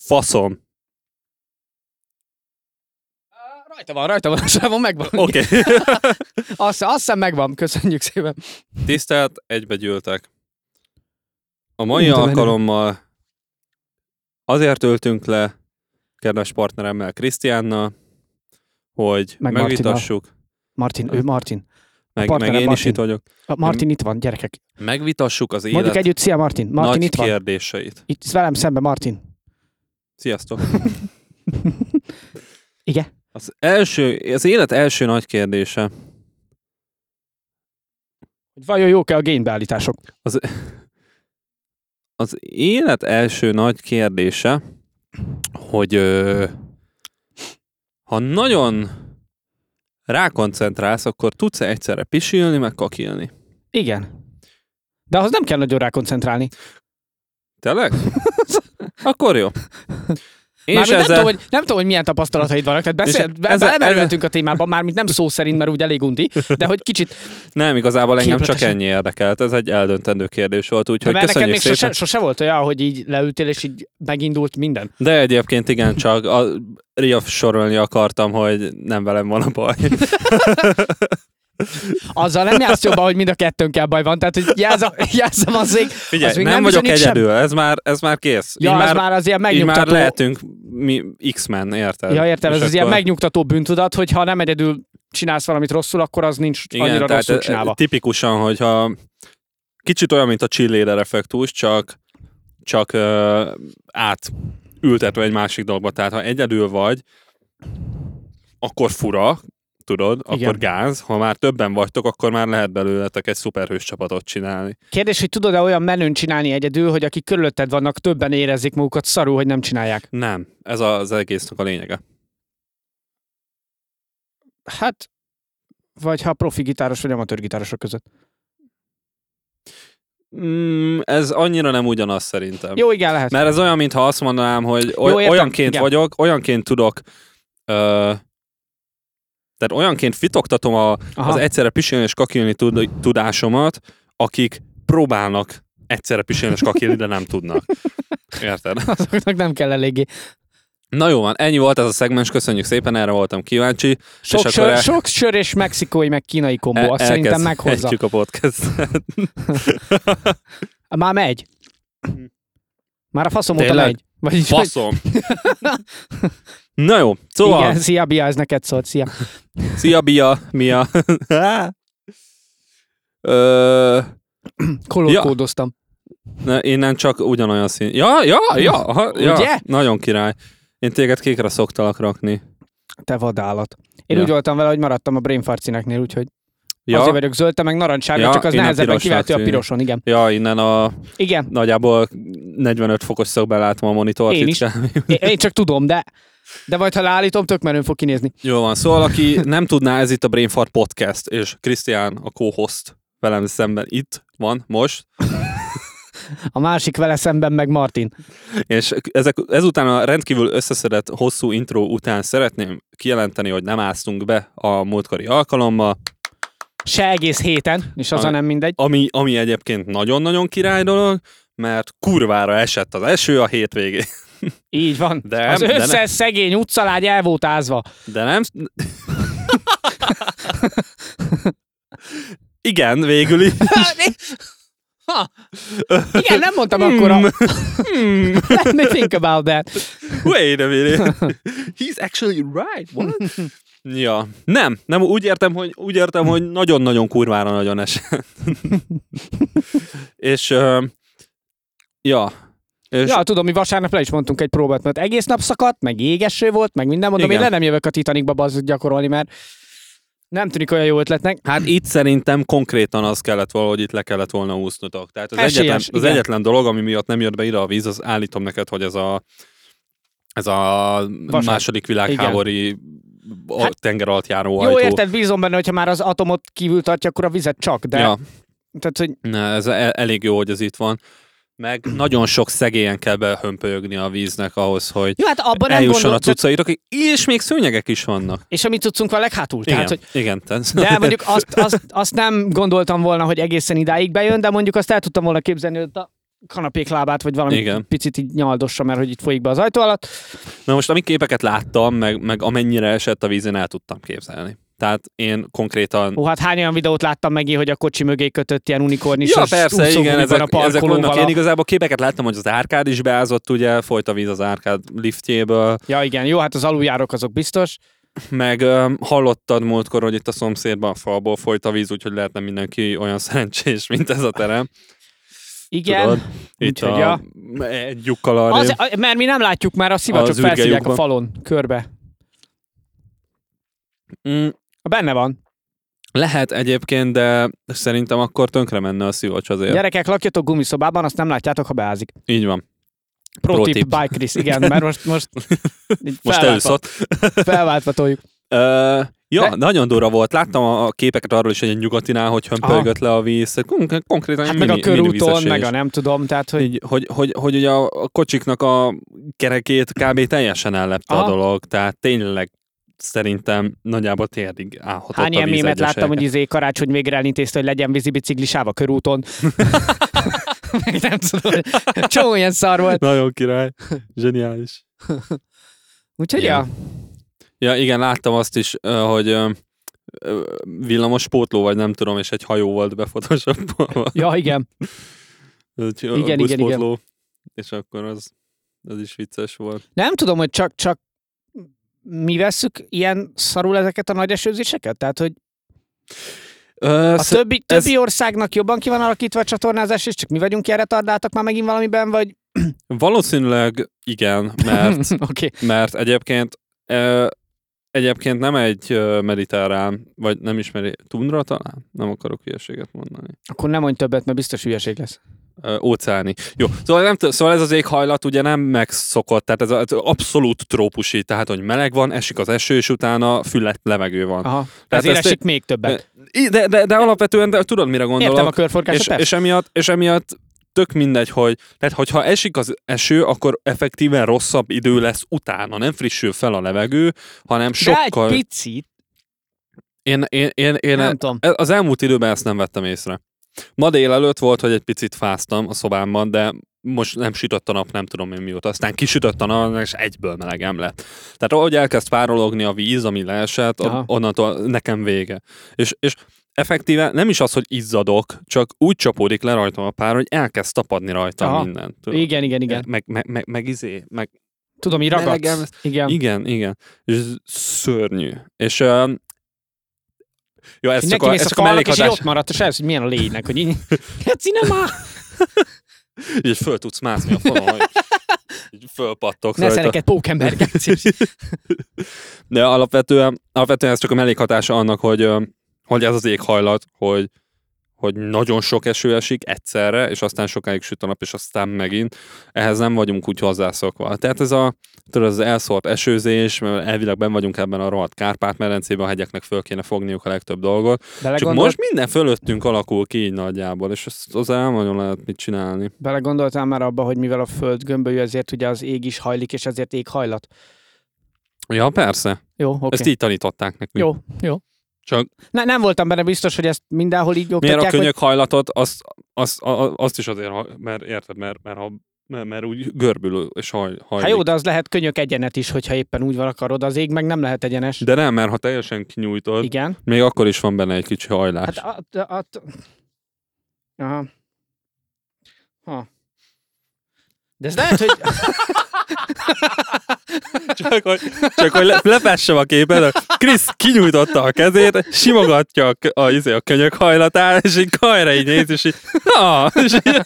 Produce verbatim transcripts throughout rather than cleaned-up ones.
Faszom. Rajta van, rajta van, sávon megvan. Oké. Okay. azt, azt hiszem megvan, köszönjük szépen. Tisztelt, egybegyűltek. A mai Ú, alkalommal azért ültünk le kedves partneremmel, Krisztiánnal, hogy meg megvitassuk. Martin, ő Martin. Meg, meg én Martin. is itt vagyok. A Martin itt van, gyerekek. Megvitassuk az Mondjuk élet együtt, szia Martin. Martin nagy itt van. kérdéseit. Itt velem szemben Martin. Sziasztok. Igen? Az, első, az élet első nagy kérdése. Vajon jók-e a génbeállítások? Az, az élet első nagy kérdése, hogy ö, ha nagyon rákoncentrálsz, akkor tudsz-e egyszerre pisilni, meg kakilni? Igen. De ahhoz nem kell nagyon rákoncentrálni. Tényleg? Akkor jó. És Mármint ezzel... nem, tudom, hogy, nem tudom, hogy milyen tapasztalataid vannak, tehát beszél, belemerültünk a témában, mármint nem szó szerint, mert úgy elég undi, de hogy kicsit... Nem, igazából engem csak képletesen. ennyi érdekelt, ez egy eldöntendő kérdés volt, úgyhogy Mert neked köszönjük még szépen. sose, sose volt olyan, hogy így leültél, és így megindult minden. De egyébként igen, csak a Ria sorolni akartam, hogy nem velem van a baj. Azzal nem jársz jobban, hogy mind a kettőnkkel baj van, tehát hogy jelzem, jelzem az még, Figyelj, az még nem, nem vagyok bizonyít egyedül, ez már, ez már kész. Ja, így az már, már az ilyen így már megnyugtató. lehetünk mi X-Men, érted? Ja, érted, ez És az ilyen akkor- megnyugtató bűntudat, hogy ha nem egyedül csinálsz valamit rosszul, akkor az nincs Igen, annyira tehát rosszul csinálva. tipikusan, hogyha kicsit olyan, mint a cheerleader effektus, csak, csak uh, átültetve egy másik dologba. Tehát ha egyedül vagy, akkor fura, tudod, Igen. akkor gáz. Ha már többen vagytok, akkor már lehet belőletek egy szuperhős csapatot csinálni. Kérdés, hogy tudod-e olyan menőn csinálni egyedül, hogy akik körülötted vannak, többen érezzék magukat szarul, hogy nem csinálják? Nem, ez az egésznek a lényege. Hát, vagy ha profi gitáros vagy amatőr gitárosok között. Mm, ez annyira nem ugyanaz szerintem. Jó, igen, lehet. Mert ez olyan, mintha azt mondanám, hogy oly- Jó, értem, olyanként igen. vagyok, olyanként tudok, ö, tehát olyanként fitoktatom a, az egyszerre pisilni és kakilni tud, tudásomat, akik próbálnak egyszerre pisilni és kakilni, de nem tudnak. Érted? Azoknak nem kell eléggé. Na jó van, ennyi volt ez a szegmens, köszönjük szépen, erre voltam kíváncsi. Sok, és sör, akkor el, sok sör és mexikói, meg kínai kombó, el, azt szerintem meghozza. a podcastet. Már megy. Már a faszom óta Tényleg? megy. Vagyis, Faszom. Na jó, szóval... Igen, szia, Bia, ez neked szólt, szia. Szia, Bia, Mia. Ö, Kolorkódoztam. ne, innen csak ugyanolyan szín. Ja, ja, ja, aha, ja. Ugye? Nagyon király. Én téged kékre szoktalak rakni. Te vadállat. Én Ja. úgy voltam vele, hogy maradtam a Brainfart színeknél, úgyhogy Ja, azért vagyok zöld, te meg narancssárga, Ja, csak az én a nehezebben pirosnak kivehető a tűnik. piroson, igen. ja, innen a Igen, nagyjából negyvenöt fokos szögben látom a monitort. Én itt is. semmi. én, én csak tudom, de de majd ha leállítom, tök menőn fog kinézni. Jó van, szóval aki nem tudná, ez itt a Brainfart Podcast, és Krisztián a co-host velem szemben itt van most, A másik vele szemben meg Martin. és ezek, ezután a rendkívül összeszedett hosszú intro után szeretném kijelenteni, hogy nem áztunk be a múltkori alkalommal, Se egész héten, és az A- a nem mindegy. ami, ami egyébként nagyon-nagyon király dolog, mert kurvára esett az eső a hétvégén. Így van. De- az de összes nem. szegény utcalágy el volt ázva. De nem... Igen, végül is. Ha. Igen, nem mondtam akkor a... Hmm. Let me think about that. Wait a minute. He's actually right. What? Ja. Nem, nem úgy értem, hogy úgy értem, hogy nagyon-nagyon kurvára nagyon esett. És uh, ja. És Ja, tudom, mi vasárnap le is mondtunk egy próbát, mert egész nap szakadt, meg égeső volt, meg minden, mondom, Igen. én le nem jövök a Titanicba bazzot gyakorolni, mert nem tűnik olyan jó ötletnek. hát itt szerintem konkrétan az kellett valahogy itt le kellett volna úsznotok. Tehát az, Esélyes, egyetlen, az igen. egyetlen dolog, ami miatt nem jött be ide a víz, az állítom neked, hogy ez a ez a Vasár. második világháborúi Hát- tenger alatt járó Jó, ajtó. érted, bízom benne, hogyha már az atomot kívül tartja, akkor a vizet csak, de... Ja. Tehát, hogy Ne, ez el- elég jó, hogy ez itt van. Meg nagyon sok szegélyen kell behömpölyögni a víznek ahhoz, hogy jó, hát abban nem eljusson a gondolt, cuccaitok, és még szőnyegek is vannak. és a mi cuccunk van leghátul. Igen, Tehát, hogy igen. Tehát... de mondjuk azt, azt, azt nem gondoltam volna, hogy egészen idáig bejön, de mondjuk azt el tudtam volna képzelni, hogy a kanapék lábát, vagy valami Igen. picit így nyaldossa, mert hogy itt folyik be az ajtó alatt. Na most, amik képeket láttam, meg, meg amennyire esett a vízén, el tudtam képzelni. Tehát én konkrétan... Ó, hát hány olyan videót láttam meg én, hogy a kocsi mögé kötött ilyen unikornis Ja, persze, igen, ezek, a ezek vannak. a... Én igazából képeket láttam, hogy az árkád is beázott, ugye, folyt a víz az árkád liftjéből. Ja, igen, jó, hát az aluljárok azok biztos. Meg um, hallottad múltkor, hogy itt a szomszédban a falból folyt a víz, úgyhogy lehetne mindenki olyan szerencsés, mint ez a terem. Igen. Tudod, itt Úgyhogy, a, ja. egy lyukkal arrébb. Az, mert mi nem látjuk, már a szivacsok felszívják a falon, körbe. Mm. Benne van. Lehet egyébként, de szerintem akkor tönkre menne a szivacs azért. Gyerekek, lakjatok gumiszobában, azt nem látjátok, ha beázik. Így van. Pro, Pro tip, tip. bike Chris, igen, mert most, most, most elősz ott. Felváltva toljuk. Uh, ja, De... nagyon durva volt. Láttam a képeket arról is, hogy egy nyugatinál, hogy hömpölygött le a víz. Kon- konkrétan hát mini, meg a körúton, meg a is. nem tudom, tehát hogy... Így, hogy, hogy, hogy ugye a kocsiknak a kerekét kb. Teljesen ellepte Aha. a dolog, tehát tényleg szerintem nagyjából térdig állhatott Hány a ilyen víz mémet láttam, hogy egyesekkel. izé karácsony végre elintézte, hogy legyen vízi biciklisáv a körúton. Meg nem tudom, csomó ilyen szar volt. Nagyon király. Zseniális. Úgyhogy Ja. ja. Ja, igen, láttam azt is, hogy villamos pótló, vagy nem tudom, és egy hajó volt befotoshopolva. Ja, igen. Igen, igen, igen, igen. És akkor az, az is vicces volt. Nem tudom, hogy csak, csak mi vesszük ilyen szarul ezeket a nagy esőzéseket? Tehát, hogy Ö, a többi, ez... többi országnak jobban ki van alakítva a csatornázás, és csak mi vagyunk ilyen retardáltak már megint valamiben, vagy... Valószínűleg igen, mert, okay. mert egyébként ö, egyébként nem egy ö, mediterrán, vagy nem is meri, tundra talán? Nem akarok hülyeséget mondani. Akkor nem mondj többet, mert biztos hülyeség lesz. Ö, óceáni. Jó, szóval, nem t- szóval ez az éghajlat ugye nem megszokott, tehát ez, a, ez abszolút trópusi, tehát hogy meleg van, esik az eső, és utána fülett levegő van. Aha, tehát ezért ezt esik még többet. De, de, de alapvetően de, tudod, mire gondolok? Értem a körforgást, és, és, emiatt, és emiatt tök mindegy, hogy tehát, hogyha esik az eső, akkor effektíven rosszabb idő lesz utána, nem frissül fel a levegő, hanem sokkal... De egy picit. Én, én, én, én nem tudom. Az elmúlt időben ezt nem vettem észre. Ma délelőtt volt, hogy egy picit fáztam a szobámban, de most nem sütött a nap, nem tudom én mióta. Aztán kisütött a nap, és egyből melegem lett. Tehát ahogy elkezd párologni a víz, ami leesett, Aha. onnantól nekem vége. És, és effektíve nem is az, hogy izzadok, csak úgy csapódik le rajtam a pár, hogy elkezd tapadni rajtam Aha. minden. Tudod? Igen, igen, igen. Meg, meg, meg, meg izé, meg... Tudom, így ragadsz. Igen. Igen, igen. És ez szörnyű. És... Uh, jó, ez csak a, ez a csak a mellékhatás. És ott maradt, és ez, hogy milyen a lénynek, hogy így... Hát színe már! Így föl tudsz mászni a falon, hogy így fölpattogsz Ne rajta. szeneked pókember, De alapvetően, alapvetően ez csak a mellékhatása annak, hogy, hogy ez az éghajlat, hogy, hogy nagyon sok eső esik egyszerre, és aztán sokáig süt a nap, és aztán megint. Ehhez nem vagyunk úgy hozzászokva. Tehát ez a, tudod, az elszórt esőzés, mert elvileg benn vagyunk ebben a rohadt Kárpát-medencében, a hegyeknek föl kéne fogniuk a legtöbb dolgot. Belegondol... Csak most minden fölöttünk alakul ki így nagyjából, és az, az nem nagyon lehet mit csinálni. Belegondoltál már abba, hogy mivel a föld gömbölyű, ezért ugye az ég is hajlik, és ezért éghajlat? Ja, persze. Jó, oké. Ezt így tanították nekünk. Jó, jó. Csak ne, nem voltam benne biztos, hogy ezt mindenhol így oktatják. miért a hogy... könyökhajlatot, azt, azt, azt is azért, mert érted, mert, mert, mert, mert, mert úgy görbül és haj, hajlik. Hát jó, de az lehet könyök egyenet is, hogyha éppen úgy van akarod, az ég meg nem lehet egyenes. De nem, mert ha teljesen kinyújtod, igen. még akkor is van benne egy kicsi hajlás. Hát a, a, a, aha. Ha. De ez lehet, hogy... Csak hogy, csak, hogy le, lepessem a képet, Krisz kinyújtotta a kezét, simogatja a, a, a, a könyök hajlatát, és így kajra így néz, és így... Na, és így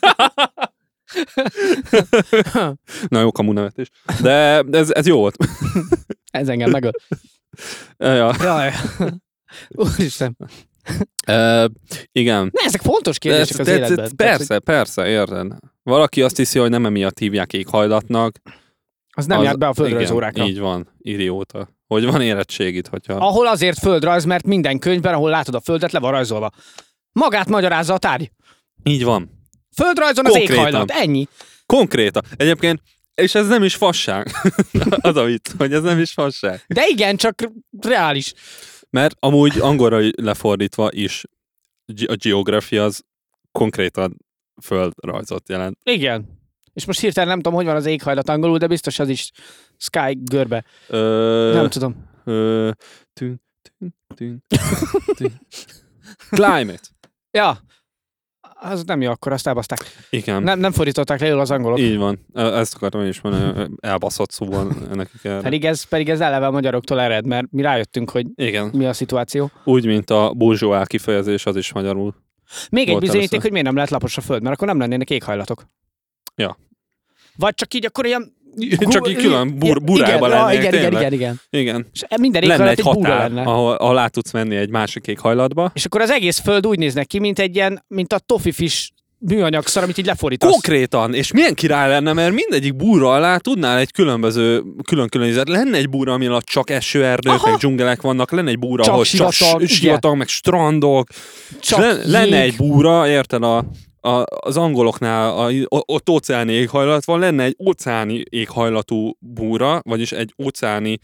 Na jó, kamu nevetés. De ez, ez jó volt. Ez engem megöl. Ja. Jaj. Úristen. Uh, igen. Ne, ezek fontos kérdések az ez, életben. Ez, persze, Tehát, persze, érted. Valaki azt hiszi, hogy nem emiatt hívják éghajlatnak. Az nem az, járt be a földrajzórákra. Így van, idióta. Hogy van érettségit, hogyha... Ahol azért földrajz, mert minden könyvben, ahol látod a földet, le van rajzolva. Magát magyarázza a tárgy. Így van. Földrajzon az éghajlat, ennyi. Konkrétan. Egyébként, és ez nem is fasság. Az a vicc, hogy ez nem is fasság. De igen, csak reális. Mert amúgy angolra lefordítva is a geografia az konkrétan földrajzot jelent. Igen. És most hirtelen nem tudom, hogy van az éghajlat angolul, de biztos az is sky görbe. Ö, nem tudom. Ö, tün, tün, tün, tün. Climate. Ja. Az nem jó, akkor azt elbaszták. Igen. Nem, nem fordították le jól az angolok. Így van. Ezt akartam én is mondani, elbaszott szóval nekik erre. Pedig ez, pedig ez eleve a magyaroktól ered, mert mi rájöttünk, hogy Igen. mi a szituáció. Úgy, mint a bourgeois kifejezés, az is magyarul. Még egy bizonyíték, először. hogy miért nem lehet lapos a föld, mert akkor nem lennének éghajlatok. Ja. Vagy csak így akkor ilyen... Csak így külön bur- burájban lennének, igen, igen, tényleg. igen, igen. Igen. És minden Lenne éghajlat egy egy búra határ, lenne. ahol, ahol át tudsz menni egy másik éghajlatba. És akkor az egész föld úgy néznek ki, mint egy ilyen, mint a toffifis műanyag szar, amit így lefordítasz. Konkrétan, és milyen király lenne, mert mindegyik búra alá tudnál egy különböző, külön-külön ízet. Lenne egy búra, ami alatt csak esőerdők, Aha. meg dzsungelek vannak, lenne egy búra, Csak ahol sivatag, csak igen. sivatag, meg strandok. Csak Le, lenne jég. egy búra, érted, a, a, az angoloknál a, a, ott óceáni éghajlat van, lenne egy óceáni éghajlatú búra, vagyis egy óceáni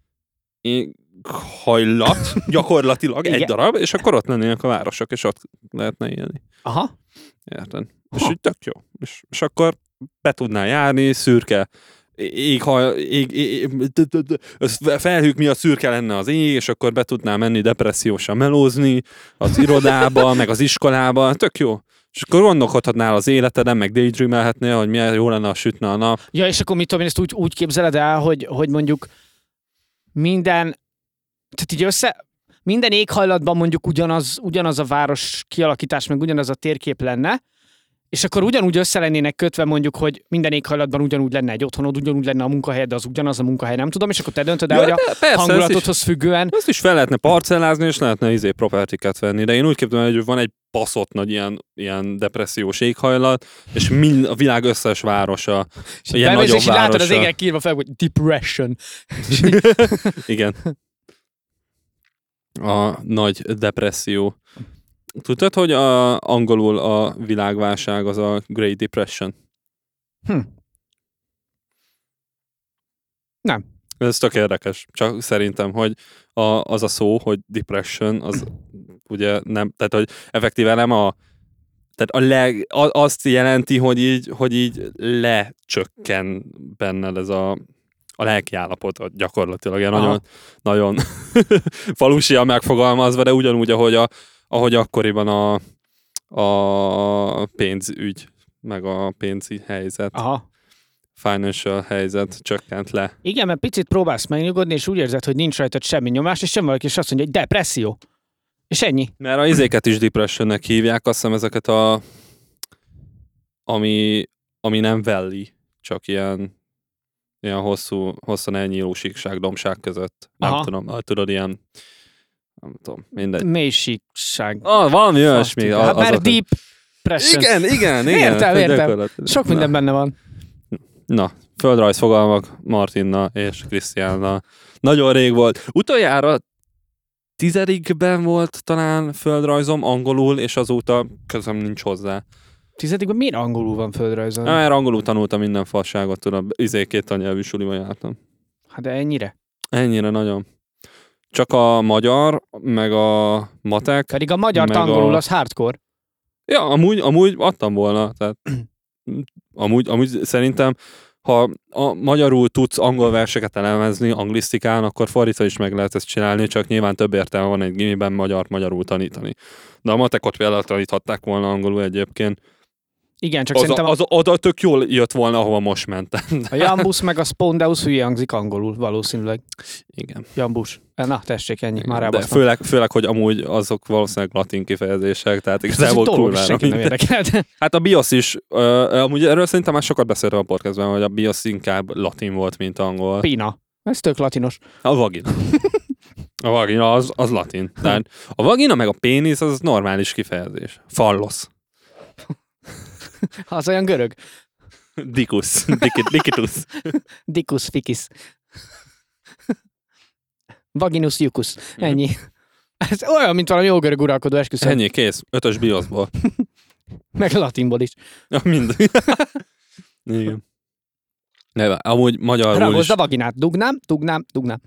éghajlat, gyakorlatilag egy Igen. darab, és akkor ott lennének a városok, és ott lehetne élni. Aha. Érted? Aha. És így tök jó. És, és akkor be tudnál járni, szürke éghaj, ég, ég, felhők miatt szürke lenne az ég, és akkor be tudnál menni depressziósan melózni az irodába, meg az iskolába, tök jó. És akkor gondolkodhatnál az életeden, meg daydreamelhetnél, hogy milyen jó lenne, ha sütne a nap. Ja, és akkor mit tudom én, ezt úgy, úgy képzeled el, hogy, hogy mondjuk minden, tehát így össze, minden éghajlatban mondjuk ugyanaz, ugyanaz a város kialakítás, meg ugyanaz a térkép lenne, és akkor ugyanúgy össze lennének kötve mondjuk, hogy minden éghajlatban ugyanúgy lenne egy otthonod, ugyanúgy lenne a munkahelyed, de az ugyanaz a munkahely, nem tudom, és akkor te döntöd el, Ja, hogy a persze, ez hangulatodhoz függően. Ezt is fel lehetne parcellázni, és lehetne izé propertiket venni, de én úgy képzelem, hogy van egy baszott nagy ilyen, ilyen depressziós éghajlat, és mind, a világ összes városa, És ilyen bemész, nagyobb és így látod az városa. égen kiírva fel, hogy depression. Igen. A nagy depresszió. Tudtad, hogy a, angolul a világválság az a Great Depression? Hm. Nem. Ez tök érdekes. Csak szerintem, hogy a, az a szó, hogy depression, az ugye nem, tehát hogy effektíven nem a tehát a leg, a, azt jelenti, hogy így, hogy így lecsökken benned ez a a lelki állapot gyakorlatilag ilyen nagyon, nagyon falusian megfogalmazva, de ugyanúgy, ahogy, a, ahogy akkoriban a, a pénzügy, meg a pénzi helyzet, Aha. financial helyzet csökkent le. Igen, mert picit próbálsz megnyugodni, és úgy érzed, hogy nincs rajtad semmi nyomás, és sem valaki is azt mondja, hogy depresszió. És ennyi. Mert a izéket is depressionnek hívják, azt hiszem ezeket a ami, ami nem valley, csak ilyen ilyen hosszú, hosszan elnyíló síkság, dombság között. Nem Aha. tudom, tudod, ilyen nem tudom, mindegy. Mélysíkság. Ah, valami olyasmi. Hát már deep pressure. Igen, igen, igen. Értem, értem. Sok minden benne van. Na, földrajz fogalmak Martinna és Krisztiánna. Nagyon rég volt. Utoljára tizedikben volt talán földrajzom angolul, és azóta közöm nincs hozzá. Tizedikben miért angolul van földrajzon? Na, mert angolul tanultam minden fasságot, tudom. Izé két tannyelvű suliba jártam. Hát de ennyire? Ennyire nagyon. Csak a magyar, meg a matek. Pedig a magyar meg angolul a... az hardcore. Ja, amúgy, amúgy adtam volna. Tehát, amúgy, amúgy szerintem, ha a magyarul tudsz angol verseket elemezni anglisztikán, akkor fordítva is meg lehet ezt csinálni, csak nyilván több értelme van egy gimiben magyar-magyarul tanítani. De a matekot például taníthatták volna angolul egyébként. Igen, csak az szerintem a, az, oda tök jól jött volna, ahova most mentem. a Jambus meg a Spondeus hülye hangzik angolul, valószínűleg. Igen. Jambus. Na, tessék, ennyi. Már De elbasztam. főleg, főleg, hogy amúgy azok valószínűleg latin kifejezések, tehát Ez igazából egy dolog, kurvára senki nem mindegy. érdekel. Hát a BIOS is, uh, amúgy erről szerintem már sokat beszéltem a podcastben, hogy a BIOS inkább latin volt, mint angol. Pina. Ez tök latinos. A vagina. A vagina az, az latin. Tehát a vagina meg a pénisz az normális kifejezés. Fallosz. Az olyan görög. Dikus. Dikit, dikitus. Dicus ficus. Vaginus jucus. Ennyi. Ez olyan, mint valami jó görög uralkodó esküszöm. Ennyi, kész. Ötös BIOSból. Meg latinból is. Ja, mind. Igen. De amúgy magyarul Ragozd is. a vaginát. Dugnám, dugnám, dugnám.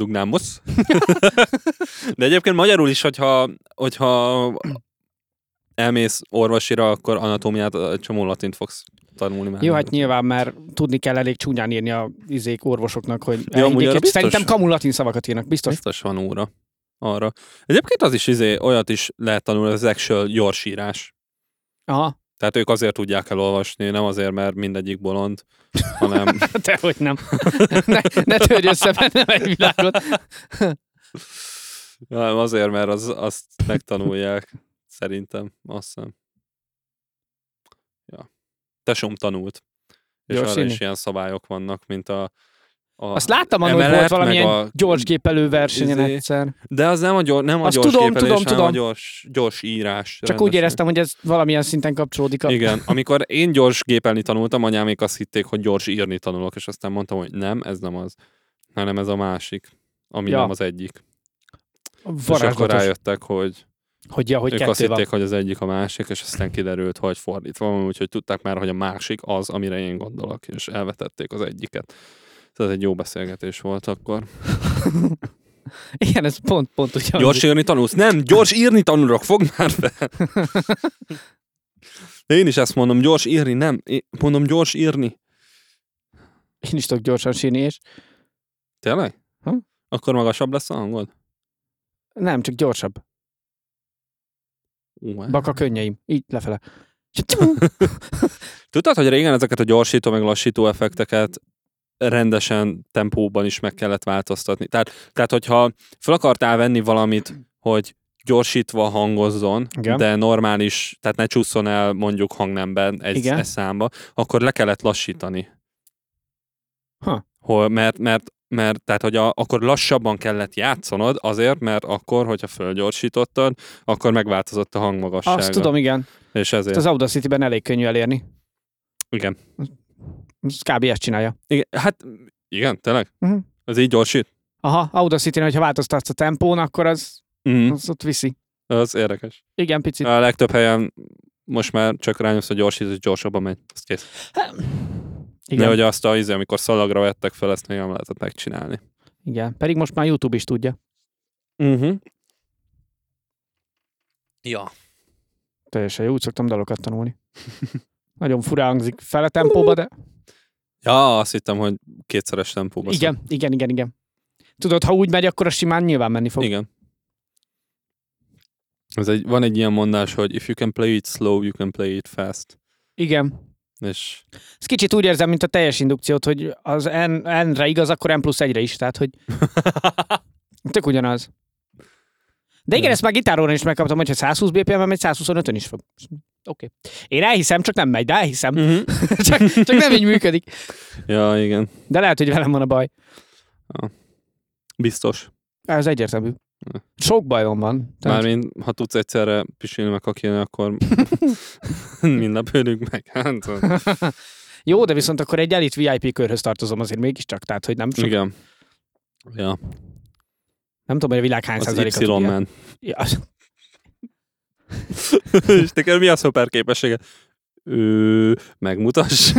Dugnámos. De egyébként magyarul is, hogyha, hogyha elmész orvosira, akkor anatómiát, csomó latint fogsz tanulni már. Jó, hát nyilván, mert tudni kell elég csúnyán írni a izék orvosoknak, hogy ja, biztos... szerintem kamu latin szavakat írnak, biztos. Biztos van óra arra. Egyébként az is izé, olyat is lehet tanulni, az actual gyorsírás. Aha. Tehát ők azért tudják elolvasni, nem azért, mert mindegyik bolond, hanem... Dehogy nem. ne, ne törj össze bennem egy világot. Nem, azért, mert az, azt megtanulják, szerintem, azt hiszem. Ja. Tesóm tanult. És Gyors arra írni? is ilyen szabályok vannak, mint a... a Azt láttam annól, hogy emelet, volt valamilyen meg a- gyorsgépelő versenyen izé- egyszer. De az nem a, gyors, nem a Azt gyors tudom, gépelés, tudom, hanem tudom. a gyors, gyors írás. Csak rendesen. úgy éreztem, hogy ez valamilyen szinten kapcsolódik. A... Igen, amikor én gyors gépelni tanultam, anyámék azt hitték, hogy gyors írni tanulok, és aztán mondtam, hogy nem, ez nem az, hanem ez a másik, ami Ja. nem az egyik. És akkor Varázslatos. rájöttek, hogy Hogy, ja, hogy ők azt kettő van. hitték, hogy az egyik a másik, és aztán kiderült, hogy fordítva van, úgyhogy tudták már, hogy a másik az, amire én gondolok, és elvetették az egyiket. Ez egy jó beszélgetés volt akkor. Igen, ez pont, pont úgy. Gyors írni tanulsz? Nem, gyors írni tanulok, fogd már fel! De én is ezt mondom, gyors írni, nem. Én mondom, gyors írni. Én is tudok gyorsan sírni, és Tényleg? Ha? Akkor magasabb lesz a hangod? nem, csak gyorsabb. Uh, Baka könnyeim. Így lefele. Tudtad, hogy régen ezeket a gyorsító meg lassító effekteket rendesen tempóban is meg kellett változtatni. Tehát, tehát hogyha fel akartál venni valamit, hogy gyorsítva hangozzon, Igen. de normális, tehát ne csúszson el mondjuk hangnemben egy, Igen. egy számba, akkor le kellett lassítani. Ha. Hol, mert, mert, mert tehát, hogy a, akkor lassabban kellett játszanod azért, mert akkor, hogyha fölgyorsítottad, akkor megváltozott a hangmagassága. Azt tudom, igen. És ezért. Az Audacity-ben elég könnyű elérni. Igen. Ez kb. Ezt csinálja. igen. Hát, igen, tényleg? Uh-huh. Ez így gyorsít? Aha, Audacity-n, hogyha változtatsz a tempón, akkor az, Mm. az ott viszi. Az érdekes. Igen, picit. A legtöbb helyen most már csak rányomsz a gyorsít, és gyorsabban megy. Az kész. Igen. De hogy azt a izé, amikor szalagra vettek fel, ezt még nem lehetett megcsinálni. Igen. Pedig most már YouTube is tudja. Uh-huh. Ja. Teljesen jó, úgy szoktam dalokat tanulni. Nagyon furán hangzik fel a tempóba, de... Ja, azt hittem, hogy kétszeres tempóban. Igen, igen, igen, igen. Tudod, ha úgy megy, akkor a simán nyilván menni fog. Igen. Ez egy, van egy ilyen mondás, hogy if you can play it slow, you can play it fast. Igen. És Ez kicsit úgy érzem, mint a teljes indukciót, hogy az N, N-re igaz, akkor N plusz egyre is, tehát hogy tök ugyanaz. De igen, Ja. ezt már gitáron is megkaptam, hogyha száz húsz bé pé em-en megy, száz huszonötön is fog. Oké. Okay. Én elhiszem, csak nem megy, de elhiszem. uh-huh. csak, csak nem így működik. Ja, igen. De lehet, hogy velem van a baj. Biztos. Ez egyértelmű. Sok bajom van. Tehát... Mármint, ha tudsz egyszerre pisilni meg kakilni, akkor mind nap ölünk meg. Hát, Jó, de viszont akkor egy elit vé i pé körhöz tartozom azért mégiscsak, tehát hogy nem sok. igen. Ja, Nem tudom, hogy a világ hány az százaléka tudja. Y-man. Ja. És neked mi a szuper képessége? Ő, megmutass.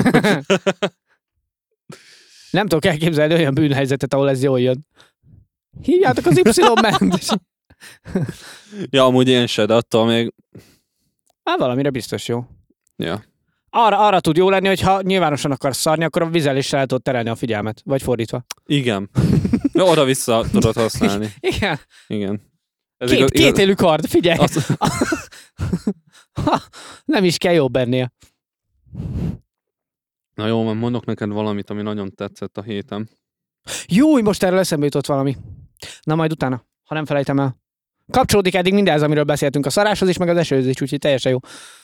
Nem tudok elképzelni olyan bűnhelyzetet, ahol ez jól jön. Hívjátok az Y-ment! Ja, amúgy én se, de attól még... Hát valamire biztos jó. Ja. Arra, arra tud jó lenni, hogy ha nyilvánosan akarsz szarni, akkor a vizeléssel el tudod terelni a figyelmet. Vagy fordítva. Igen. Ja, oda-vissza tudod használni. Igen. Igen. Ez Két, igaz, igaz, kétélű kard, figyelj! azt, Nem is kell jobb ennél. na jó, van, mondok neked valamit, ami nagyon tetszett a héten. Jó, hogy most erről eszembe jutott valami. Na majd utána, ha nem felejtem el. Kapcsolódik eddig mindez, amiről beszéltünk, a szaráshoz is, meg az esőhöz is, úgyhogy teljesen jó.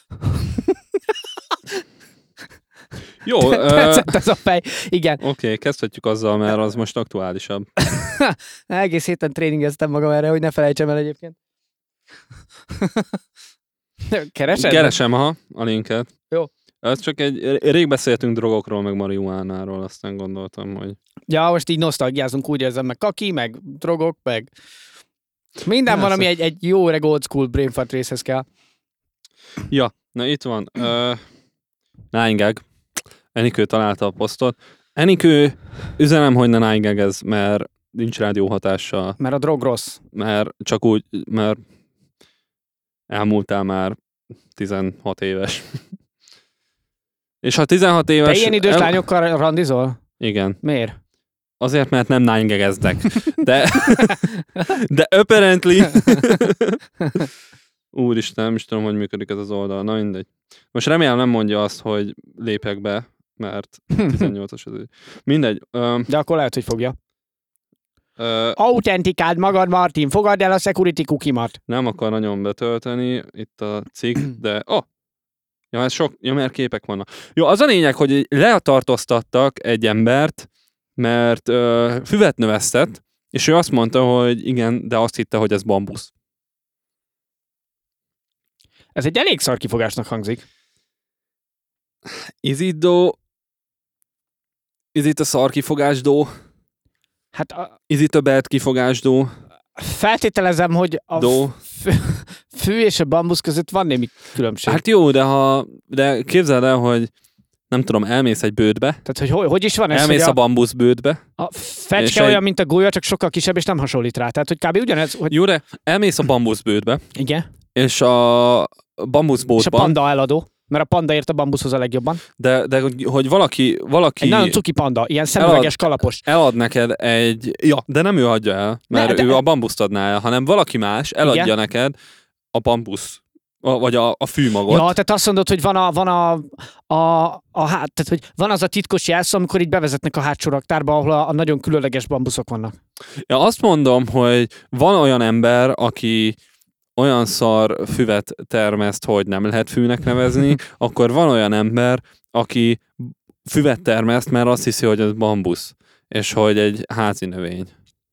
Jó, ö, Tetszett ez a fej. Igen. oké, okay, kezdhetjük azzal, mert az most aktuálisabb. Egész héten tréningeztem magam erre, hogy ne felejtsem el egyébként. Keresed? Keresem, aha, a linket. Jó. Ez csak egy, rég beszéltünk drogokról, meg marihuánáról, aztán gondoltam, hogy... Ja, most így nosztalgiázunk, úgy érzem, meg kaki, meg drogok, meg minden Persze. van, ami egy, egy jó reg old school brainfart részhez kell. Ja, na itt van. Uh, Nine-Gag. Enikő találta a posztot. Enikő, üzenem, hogy ne Nine-Gag-ez, mert nincs rádió hatással, Mert a drog rossz. mert csak úgy, mert elmúltál már tizenhat éves. És ha tizenhat éves... Te ilyen idős el... lányokkal randizol? Igen. Miért? Azért, mert nem nine-gegeznek. De, de apparently... Úristen, nem is tudom, hogy működik ez az oldal. Na mindegy. Most remélem nem mondja azt, hogy lépek be, mert tizennyolcas az. Mindegy. Um, de akkor lehet, hogy fogja. Uh, Autentikáld magad, Martin, fogadd el a security cookie-mat. Nem akar nagyon betölteni itt a cikk, de... Oh! Ja, ez sok, ja, mert képek vannak. Jó, az a lényeg, hogy letartóztattak egy embert, mert uh, füvet növesztett, és ő azt mondta, hogy igen, de azt hitte, hogy ez bambusz. Ez egy elég szar kifogásnak hangzik. Is it though? Is it a szar kifogás though? Hát a... Is it a bad kifogás though? Feltételezem, hogy a fű, fű és a bambusz között van némi különbség. Hát jó, de ha de képzeld el, hogy nem tudom, elmész egy bődbe. Tehát, hogy hogy, hogy is van ez, elmész a, a bambusz bődbe. A fecske olyan, egy... mint a gólya, csak sokkal kisebb, és nem hasonlít rá. Tehát, hogy kb. Ugyanez. Hogy... Jó, de elmész a bambusz bődbe. Igen. És a bambuszbótban... És a panda eladó. Mert a panda ért a bambuszhoz a legjobban. De, de hogy valaki... valaki egy nagyon cuki panda, ilyen szemüveges kalapos. Elad neked egy... Ja, de nem ő adja el, mert ne, de... ő a bambuszt adná el, hanem valaki más eladja igen? neked a bambusz, vagy a, a fűmagot. Ja, tehát azt mondod, hogy van a, van a, a, a hát, tehát, hogy van az a titkos jelszó, amikor így bevezetnek a hátsó raktárba, ahol a, a nagyon különleges bambuszok vannak. Ja, azt mondom, hogy van olyan ember, aki olyan szar füvet termeszt, hogy nem lehet fűnek nevezni, akkor van olyan ember, aki füvet termeszt, mert azt hiszi, hogy ez bambusz, és hogy egy házi növény.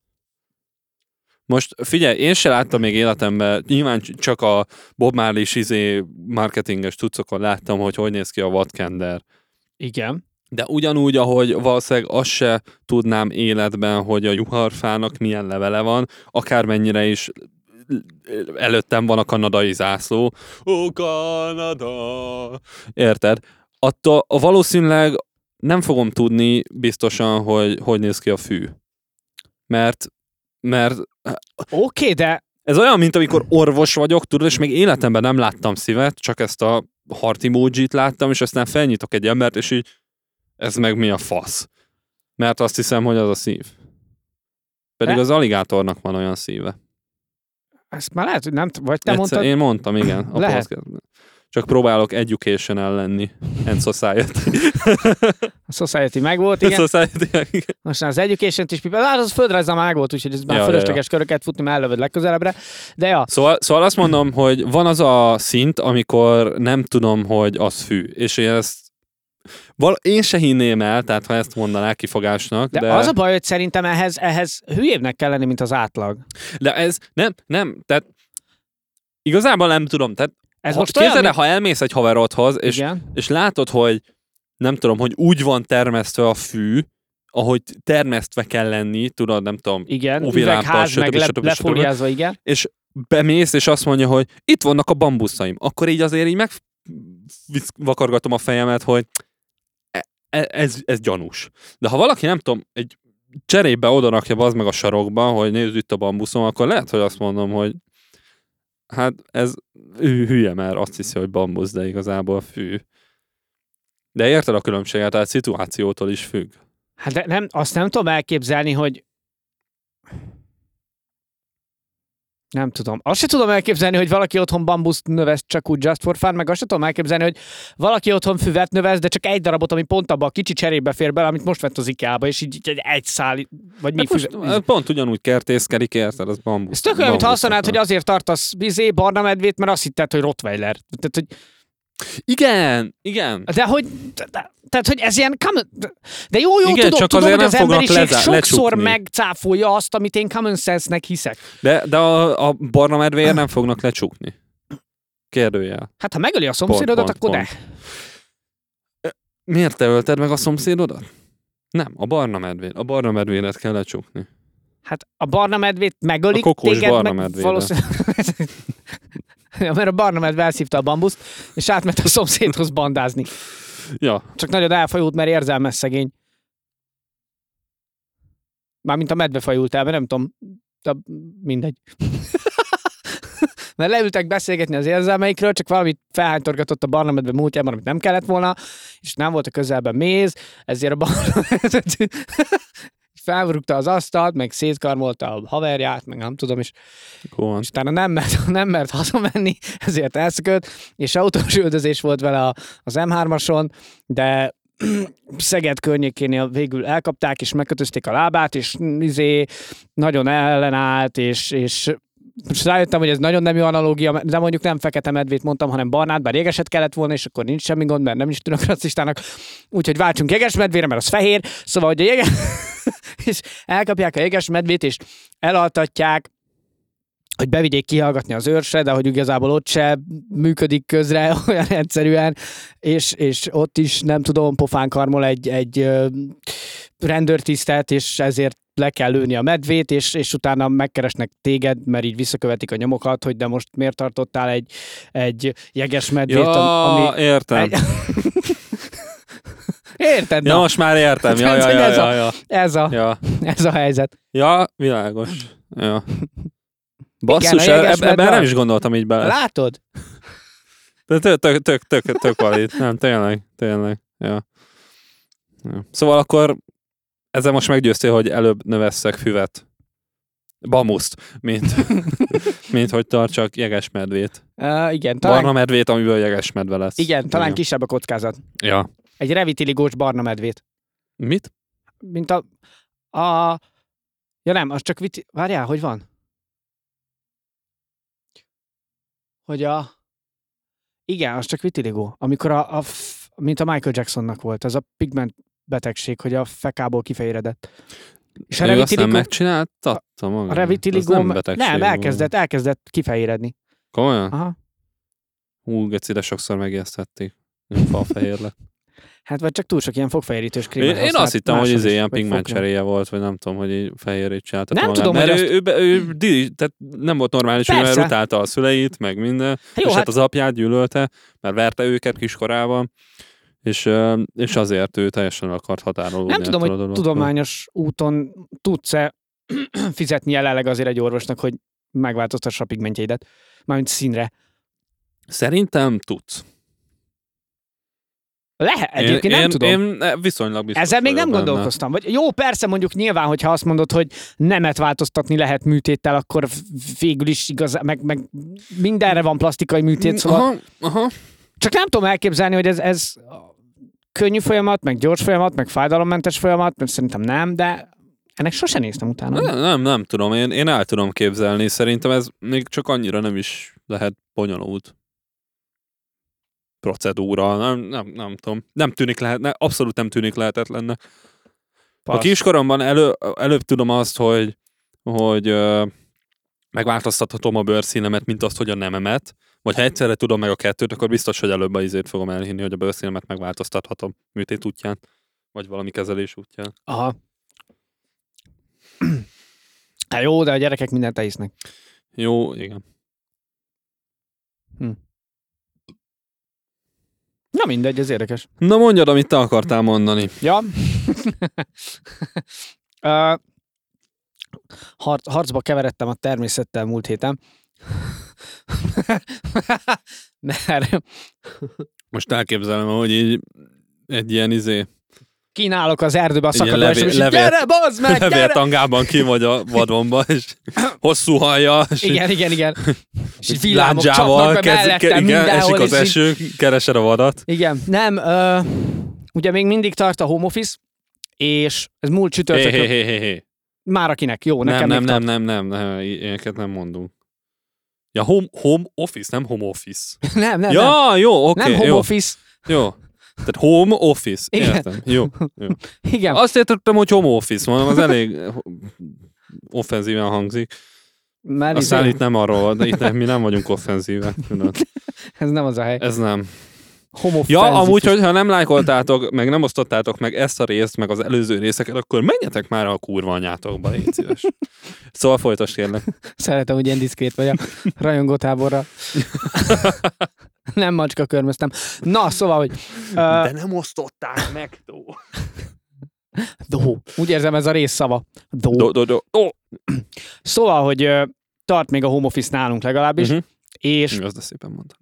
Most figyelj, én se láttam még életemben, nyilván csak a Bob Marley-s izé marketinges tucokon láttam, hogy hogy néz ki a vadkender. Igen. De ugyanúgy, ahogy valószínűleg azt se tudnám életben, hogy a juharfának milyen levele van, akármennyire is előttem van a kanadai zászló. Ó, Kanada! Érted? Attól valószínűleg nem fogom tudni biztosan, hogy hogy néz ki a fű. Mert mert... Oké, okay, de... Ez olyan, mint amikor orvos vagyok, tudod, és még életemben nem láttam szívet, csak ezt a heart emojit láttam, és aztán felnyitok egy embert, és így ez meg mi a fasz? Mert azt hiszem, hogy az a szív. Pedig de? Az aligátornak van olyan szíve. Ezt már lehet, hogy nem... Vagy te Egyszer, mondtad? Én mondtam, igen. A lehet. Csak próbálok education-el lenni. And society. A society megvolt, igen. A society, igen. Most az education-t is pipál. Hát az földrajza már megvolt, úgyhogy ez már ja, fölösleges ja, ja. köröket futni, már ellövöd legközelebbre. De ja. Szóval, szóval azt mondom, hogy van az a szint, amikor nem tudom, hogy az fű. És én ezt Val- én se hinném el, tehát ha ezt mondanák kifogásnak. De, de az a baj, hogy szerintem ehhez, ehhez hülyébbnek kell lenni, mint az átlag. De ez nem, nem, tehát igazából nem tudom, tehát ez ha, most képzeld olyan, el, ha elmész egy haverodhoz, és, és látod, hogy nem tudom, hogy úgy van termesztve a fű, ahogy termesztve kell lenni, tudod, nem tudom, igen, üvegház, meg le, lefóliázva, igen. És bemész, és azt mondja, hogy itt vannak a bambuszaim. Akkor így azért így megvakargatom a fejemet, hogy ez, ez gyanús. De ha valaki, nem tudom, egy cserébe odarakja az meg a sarokba, hogy nézd itt a bambuszom, akkor lehet, hogy azt mondom, hogy hát ez hülye, mert azt hiszi, hogy bambusz, de igazából fű. De érted a különbséget, tehát szituációtól is függ. Hát de nem, azt nem tudom elképzelni, hogy nem tudom. Azt sem tudom elképzelni, hogy valaki otthon bambuszt növeszt csak úgy just for fun, meg azt sem tudom elképzelni, hogy valaki otthon füvet növeszt, de csak egy darabot, ami pont abba a kicsi cserébe fér bele, amit most vett az IKEA-ba, és így egy, egy szál, vagy mi füvet. Most, pont ugyanúgy kertészkedik, érted, az bambusz. Ez tök olyan, mint ha azt mondanád, hogy azért tartasz bizé, barna medvét, mert azt hitted, hogy Rottweiler. Tehát, hogy igen, igen. De hogy, de, tehát, hogy ez ilyen common, de jó, jó, igen, tudom, csak tudom, hogy az emberiség lezá, sokszor lecsukni. megcáfolja azt, amit én common sense-nek hiszek. De, de a, a barna medvéért nem fognak lecsukni. Kérdőjel. Hát, ha megöli a szomszédodat, pont, akkor pont. de. Miért te ölted meg a szomszédodat? Nem, a barna medvét. A barna medvéret kell lecsukni. Hát a barna medvét megölik a kokós téged, barna meg medvére. Valószínűleg... Ja, mert a barna medve elszívta a bambuszt, és átment a szomszédhoz bandázni. Ja. Csak nagyon elfajult, mert érzelmes szegény. Mármint a medve fajult el, mert nem tudom, de mindegy. mert leültek beszélgetni az érzelmeikről, csak valamit felhánytorgatott a barna medve múltjában, amit nem kellett volna, és nem volt a közelben méz, ezért a barna felrúgta az asztalt, meg szétkarmolta a haverját, meg nem tudom, és, és utána nem mert, nem mert hazamenni, ezért elszökött, és autós üldözés volt vele az em hármason, de Szeged környékénél végül elkapták, és megkötözték a lábát, és izé nagyon ellenállt, és, és most rájöttem, hogy ez nagyon nem jó analógia, de mondjuk nem fekete medvét mondtam, hanem barnát, bár jégeset kellett volna, és akkor nincs semmi gond, mert nem is tűnök rasszistának. Úgyhogy váltsunk jéges medvére, mert az fehér, szóval, hogy a jéges... és elkapják a jéges medvét, és elaltatják, hogy bevigyék kihallgatni az őrsre, de hogy igazából ott se működik közre olyan egyszerűen, és, és ott is, nem tudom, pofán karmol egy, egy rendőrtisztet, és ezért le kell lőni a medvét, és, és utána megkeresnek téged, mert így visszakövetik a nyomokat, hogy de most miért tartottál egy, egy jeges medvét, ja, ami... értem. Egy... Érted? Ja, na? most már értem. Ja, ja, ja, ez, ja, a, ja. Ez, a, ja. ez a helyzet. Ja, világos. Ja. Basszus, igen, eb- ebben nem is gondoltam így bele. Látod? Tök, tök, tök, tök, tök valid. Nem, tényleg, tényleg. Ja. Ja. Szóval akkor ezzel most meggyőztél, hogy előbb növesszek füvet. Bamuszt, mint, mint hogy tartsak jegesmedvét. Uh, igen. Talán... Barna medvét, amiből jegesmedve lesz. Igen, talán igen. Kisebb a kockázat. Ja. Egy revitiligós barna medvét. Mit? Mint a... a... Ja nem, az csak viti... Várjál, hogy van? Hogy a... Igen, az csak vitiligó. Amikor a, a f... mint a Michael Jacksonnak volt, ez a pigment betegség, hogy a fekából kifehéredett. És a revitiligó... azt nem megcsináltatta maga? A revitiligó... Nem, nem, elkezdett, elkezdett kifehéredni. Komolyan? Aha. Hú, geci, de sokszor megijesztették. Falfehér lett. Hát vagy csak túl sok ilyen fogfehérítős krémet. Én, én azt hittem, hogy ez ilyen pigment cseréje volt, vagy nem tudom, hogy így fehérét csináltatta nem magát. tudom, mert hogy ő, azt... ő, ő, ő, tehát nem volt normális, hogy mert utálta a szüleit, meg minden. Jó, és hát... hát az apját gyűlölte, mert verte őket kiskorában. És, és azért ő teljesen akart határolódni. Nem tudom, hogy tudományos úton tudsz-e fizetni jelenleg azért egy orvosnak, hogy megváltoztassa a pigmentjeidet, mármint színre. Szerintem tudsz. Lehet, egyébként én, nem én, tudom. Én viszonylag biztos. Ezzel még nem benne. gondolkoztam. Vagy jó, persze mondjuk nyilván, hogyha azt mondod, hogy nemet változtatni lehet műtéttel, akkor végül is igaz, meg, meg mindenre van plastikai műtét, szóval... Aha, aha. Csak nem tudom elképzelni, hogy ez, ez könnyű folyamat, meg gyors folyamat, meg fájdalommentes folyamat, mert szerintem nem, de ennek sosem néztem utána. Nem, nem, nem tudom, én, én el tudom képzelni. Szerintem ez még csak annyira nem is lehet bonyolult procedúra, nem, nem, nem tudom. Nem tűnik lehet, ne, abszolút nem tűnik lehetetlennek. A kiskoromban elő, előbb tudom azt, hogy, hogy ö, megváltoztathatom a bőrszínemet, mint azt, hogy a nememet. Vagy ha egyszerre tudom meg a kettőt, akkor biztos, hogy előbb a izét fogom elhinni, hogy a bőrszínemet megváltoztathatom műtét útján. Vagy valami kezelés útján. Aha. Hát jó, de a gyerekek mindent elhisznek. Jó, igen. Hm. Na mindegy, ez érdekes. Na mondjad, amit te akartál mondani. Ja. uh, har- harcba keveredtem a természettel múlt héten. Mert... Most elképzelem, hogy így egy ilyen izé... Kínálok az erdőbe a szakadó, és levél, gyere, bazd meg, gyere! Levéltangában ki vagy a vadonba, és hosszú hajja. És igen, igen, igen. És így villámok csapnak be mellettem mindenhol. Esik az eső, így... keresed a vadat. Igen, nem, uh, ugye még mindig tart a home office, és ez múlt csütörtökön. Hé, hé, hé, hé. Már akinek, jó, nem, nekem nem, még nem, tart. nem, nem, nem, ilyeneket nem mondunk. Ja, home, home office, nem home office. nem, nem, ja, nem. jó, oké. Nem home jó. office. Jó. Tehát home office. Igen. Értem. Jó. jó. Igen. Azt értettem, hogy home office, mondom, az elég offenzíven hangzik. Már Aztán izé... itt nem arról, de itt nem, mi nem vagyunk offenzívek. Ez nem az a hely. Ez nem. Ja, amúgy, hogyha nem lájkoltátok, meg nem osztottátok meg ezt a részt, meg az előző részeket, akkor menjetek már a kurva anyátokba, légy szíves. Szóval folytasd, kérlek. Szeretem, hogy ilyen diszkrét vagy a rajongótáborra. Nem macska körmöztem. Na, szóval, hogy... Uh... De nem osztották meg, Dó. Dó. Úgy érzem, ez a rész szava. Dó. Do, do, do. do. Szóval, hogy uh, tart még a home office nálunk legalábbis. Uh-huh. És... Az de szépen mondtam.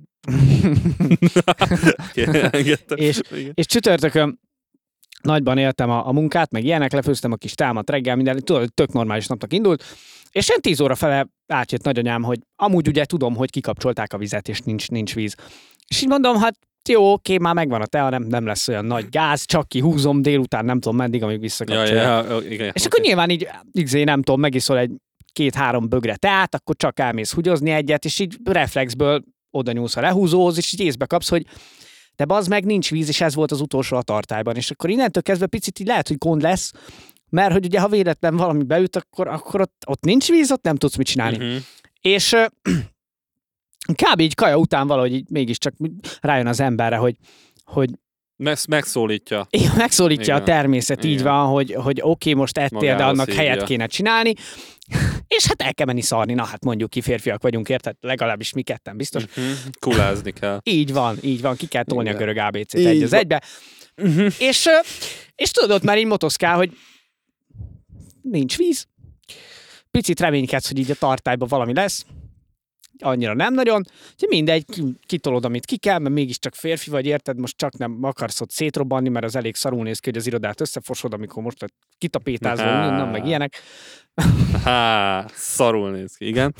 és, és csütörtökön nagyban éltem a, a munkát, meg ilyenek, lefőztem a kis támat reggel, minden, tudod, tök normális napnak indult, és én tíz óra fele átjött nagyanyám, hogy amúgy ugye tudom, hogy kikapcsolták a vizet, és nincs, nincs víz. És így mondom, hát jó, oké, már megvan a tea, nem, nem lesz olyan nagy gáz, csak kihúzom délután, nem tudom meddig, amíg visszakapcsolják. Ja, ja, igen, és okay. akkor nyilván így, így nem tudom, megiszol egy két-három bögre teát, akkor csak elmész húgyozni egyet, és így reflexből oda nyúlsz a lehúzóhoz, és így észbe kapsz, hogy de bazd meg, nincs víz, és ez volt az utolsó a tartályban. És akkor innentől kezdve picit így lehet, hogy gond lesz, mert hogy ugye, ha véletlen valami beüt, akkor, akkor ott, ott nincs víz, ott nem tudsz mit csinálni. Uh-huh. És uh, kb. Így kaja után valahogy így mégiscsak rájön az emberre, hogy, hogy Ezt megszólítja. Megszólítja Igen. a természet, így Igen. van, hogy, hogy oké, okay, most ettél, Magához de annak hívja. helyet kéne csinálni. És hát el kell menni szarni. Na hát mondjuk ki férfiak vagyunk, érted? Legalábbis mi ketten, biztos. Uh-huh. Kulázni kell. Így van, így van, ki kell tolni Igen. a görög á bé cét egy az van. egybe. Uh-huh. És, és tudod, ott már így motoszkál, hogy nincs víz. Picit reménykedsz, hogy így a tartályban valami lesz. Annyira nem nagyon. Úgyhogy mindegy, kitolod, amit ki kell, mert mégiscsak férfi vagy, érted? Most csak nem akarsz ott szétrobbanni, mert az elég szarul néz ki, hogy az irodát összefosod, amikor most lett kitapétázva, nem, meg ilyenek. Há, szarul néz ki, igen.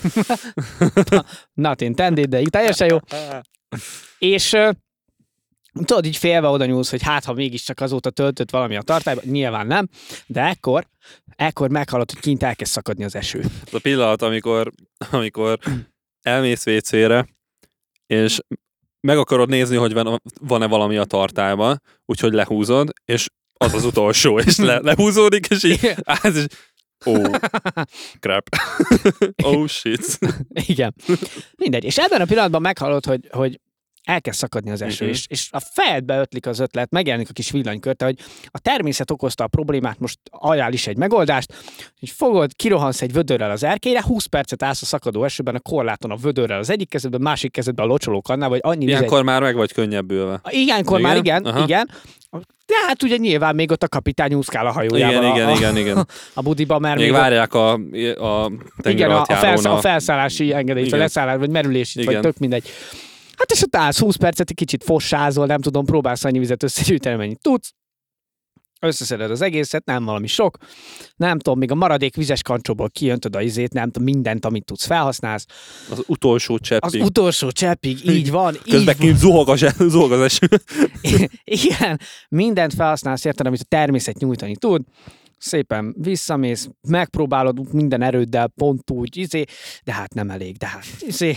Not intended, de így teljesen jó. És uh, tudod, így félve oda nyúlsz, hogy hát, ha mégiscsak azóta töltött valami a tartályba, nyilván nem, de ekkor, ekkor meghallod, hogy kint elkezd szakadni az eső. Az a pillanat, amikor, amikor elmész vécére, és meg akarod nézni, hogy van, van-e valami a tartályban, úgyhogy lehúzod, és az az utolsó, és le, lehúzódik, és így állsz, és oh, crap. Oh, shit. Igen. Mindegy. És ebben a pillanatban meghallod, hogy, hogy elkezd szakadni az eső, uh-huh. és, és a fejedbe ötlik az ötlet, megjelenik a kis villanykörte, hogy a természet okozta a problémát, most ajánl is egy megoldást, hogy fogod, kirohansz egy vödörrel az erkélyre, húsz percet állsz a szakadó esőben, a korláton a vödörrel az egyik kezedben, másik kezedben a locsolókannál, vagy annyi Ilyenkor vizet... már meg vagy könnyebbülve. Ilyenkor igen? már igen, Aha. igen. De hát ugye nyilván még ott a kapitány úszkál a hajójával. Igen, a, igen, igen, igen. A budiba, mert még, még várják a, a igen, a, a, felsz, a felszállási engedélyt, a leszállás, vagy merülési, vagy tök mindegy. Hát és ott állsz húsz percet, egy kicsit fossázol, nem tudom, próbálsz annyi vizet összegyűjteni, mennyit tudsz. Összeszeded az egészet, nem valami sok. Nem tudom, még a maradék vizes kancsóból kijöntöd a izét, nem tudom, mindent, amit tudsz, felhasználsz. Az utolsó cseppig. Az utolsó cseppig, így van. Közben kint zuhog az eső. Igen, mindent felhasználsz, érted, amit a természet nyújtani tud. Szépen visszamész, megpróbálod minden erőddel pont úgy, izé, de hát nem elég, de hát izé.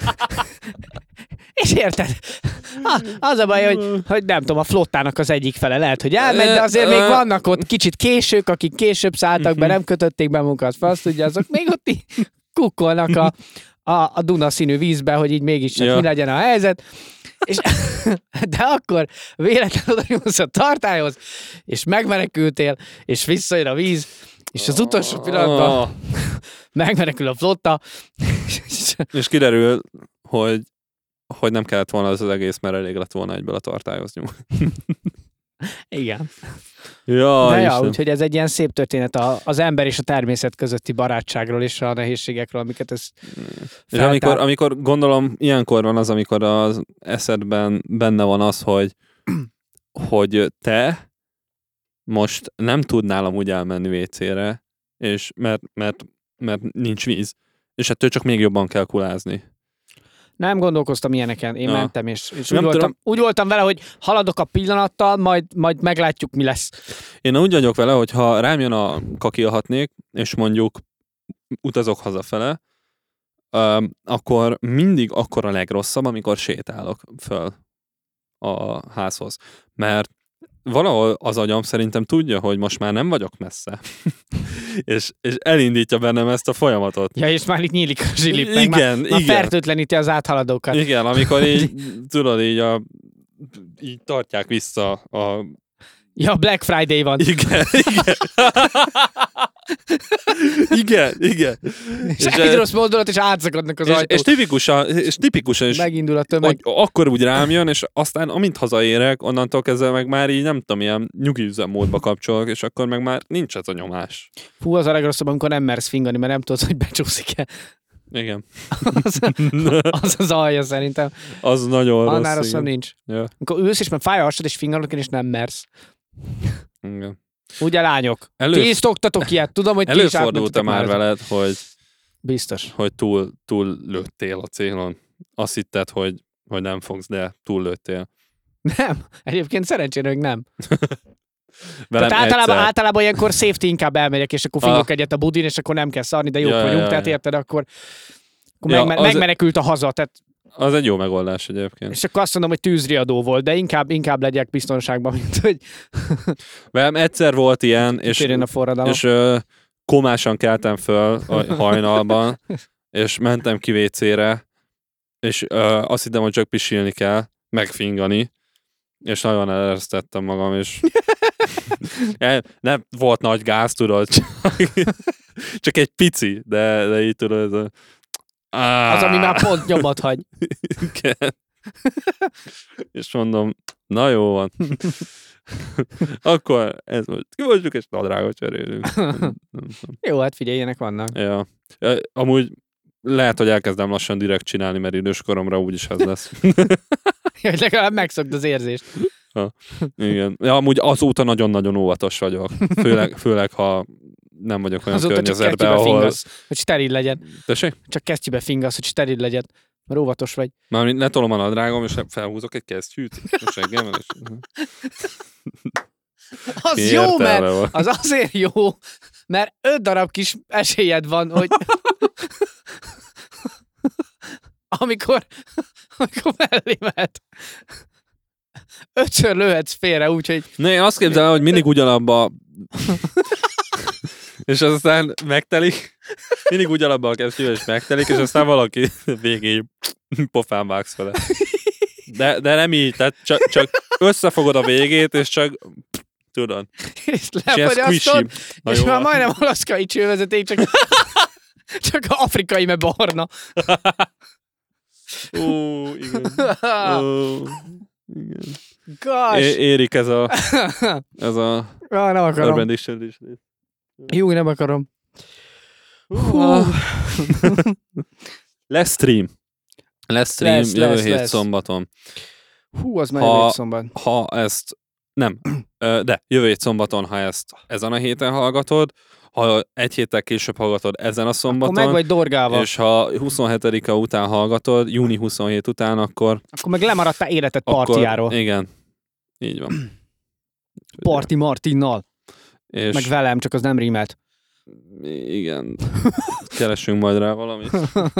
És érted? Az a baj, hogy, hogy nem tudom, a flottának az egyik fele lehet, hogy elmegy, de azért még vannak ott kicsit késők, akik később szálltak be, nem kötötték be munkat, azt tudja, azok még ott így kukkolnak a, a, a Duna színű vízbe, hogy így mégiscsak ja. mi legyen a helyzet. És, de akkor véletlenül oda nyúlsz a tartályhoz, és megmenekültél, és visszajön a víz, és az utolsó pillanatban oh. megmenekül a flotta. És kiderül, hogy, hogy nem kellett volna az, az egész, mert elég lett volna egyből a tartályhoz nyúl. Igen. Ja, de ja, úgyhogy ez egy ilyen szép történet az ember és a természet közötti barátságról és a nehézségekről, amiket ez és amikor, amikor gondolom, ilyenkor van az, amikor az eszedben benne van az, hogy, hogy te most nem tudnál amúgy elmenni vécére, és mert, mert, mert nincs víz, és ettől csak még jobban kell kulázni. Nem gondolkoztam ilyeneken, én ja. mentem, és, és úgy, voltam, tudom. úgy voltam vele, hogy haladok a pillanattal, majd, majd meglátjuk, mi lesz. Én úgy vagyok vele, hogy ha rám jön a kakilhatnék, és mondjuk utazok hazafele, um, akkor mindig akkor a legrosszabb, amikor sétálok föl a házhoz. Mert valahol az agyam szerintem tudja, hogy most már nem vagyok messze. és, és elindítja bennem ezt a folyamatot. Ja, és már itt nyílik a zsilip, meg igen, már, már fertőtleníti az áthaladókat. Igen, amikor így, tudod, így, a, így tartják vissza a... Ja, Black Friday van. Igen, igen. igen, igen. És, és egy rossz mondulat, és átszakadnak az és, ajtók. És tipikusan, és tipikusan is, megindul a tömeg. Akkor úgy rám jön, és aztán amint hazaérek, onnantól kezdve meg már így nem tudom, ilyen nyugi üzemmódba kapcsolok, és akkor meg már nincs ez a nyomás. Fú, az a legrosszabb, amikor nem mersz fingani, mert nem tudod, hogy becsúszik-e. Igen. az, az az alja szerintem. Az nagyon rossz. Annál rosszabb nincs. Ja. Amikor ülsz, és már fáj a hasad, és finganod, és nem mersz. Igen. Ugye, lányok? Elő... Ti is szoktatok ilyet. Tudom, hogy ti is előfordult-e már átmentetek veled, hogy, biztos. hogy túl, túl lőttél a célon? Azt hitted, hogy, hogy nem fogsz, de túl lőttél. Nem. Egyébként szerencsére még nem. Velem Tehát általában, egyszer. általában ilyenkor safety inkább elmegyek, és akkor fingok Ah. egyet a budin, és akkor nem kell szarni, de jók Ja, vagyunk, ja, tehát ja. érted, akkor, akkor Ja, megme- az- megmenekült a haza, tehát, Az egy jó megoldás egyébként. és akkor azt mondom, hogy tűzriadó volt, de inkább, inkább legyek biztonságban, mint hogy Velem egyszer volt ilyen, és, térjen a forradalom. és ö, komásan keltem föl a hajnalban, és mentem ki vécére, és ö, azt hittem, hogy csak pisilni kell, megfingani, és nagyon eleresztettem magam, és El- nem volt nagy gáz, tudod, csak, csak egy pici, de, de így tudod, ez a... Az, ami már pont nyomot hagy. Igen. És mondom, na jó van. Akkor ez most kivonjuk, és nadrágot cserélünk. Jó, hát figyelj, ilyenek vannak. Ja. Ja, amúgy lehet, hogy elkezdem lassan direkt csinálni, mert idős koromra úgyis ez lesz. Hogy legalább megszokd az érzést. Igen. Ja, amúgy azóta nagyon-nagyon óvatos vagyok. Főleg, főleg ha nem vagyok olyan Azóta csak környezetben, kesztyűbe ahol... fingasz, hogy steril legyen. Tessék? Csak kesztyűbe fingasz, hogy steril legyen. Mert óvatos vagy. Már letolom a nadrágom, és felhúzok egy kesztyűt a seggemen, és... Az Mi jó, értelme mert van? az azért jó, mert öt darab kis esélyed van, hogy amikor, amikor mellé mehet. Ötször lőhetsz félre, úgyhogy Ne, én azt képzelem, hogy mindig ugyanabba... és aztán megtelik, mindig ugyanabba a kesztyűvel is megtelik, és aztán valaki végig pofán vágsz vele. De, de nem így, tehát csak, csak összefogod a végét, és csak tudod. és És ilyen lefagyasztod, squishy. Na és jó, már majdnem alaszkai csővezeték, csak, csak afrikai, mert barna. Ó, igen. Ó, igen. Gosh! É- érik ez a, ez a ah, nem akarom. Urban Dictionary. Jó, nem akarom. Hú. Lesz stream. Lesz stream Lesz, jövő lesz, hét lesz. szombaton. Hú, az már Ha- jövő szombat. Ha ezt, nem, ö, de jövő hét szombaton, ha ezt ezen a héten hallgatod, ha egy héttel később hallgatod ezen a Akkor szombaton, meg vagy dorgálva. és ha huszonhetedike után hallgatod, júni huszonhét után, akkor... Akkor meg lemaradtál életed akkor partiáról. igen. Így van. Parti Martinnal. És Meg velem, csak az nem rímelt. igen. Keresünk majd rá valamit.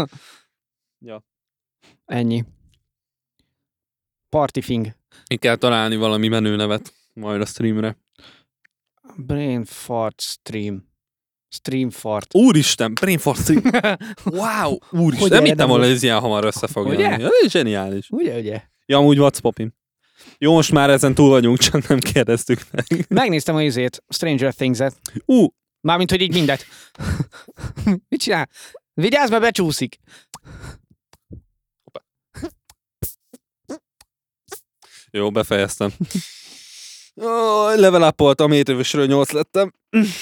Ennyi. Partifing. Én kell találni valami menő nevet majd a streamre. Brain fart stream. Stream fart. Úristen, Brain for Stream. Wow, úristen. Hogy Nem hittem érdemel? volna, hogy ez ilyen hamar össze fog Ugye? jönni. Ez zseniális. Ugye, ugye? Ja, amúgy what's poppin'? Jó, most már ezen túl vagyunk, csak nem kérdeztük meg. Megnéztem a izét, Stranger Things-et. Ú, Mármint, hogy így mindet. Mit csinál? Vigyázz, mert becsúszik. jó, befejeztem. Oh, level up-oltam, hét évesről nyolc lettem.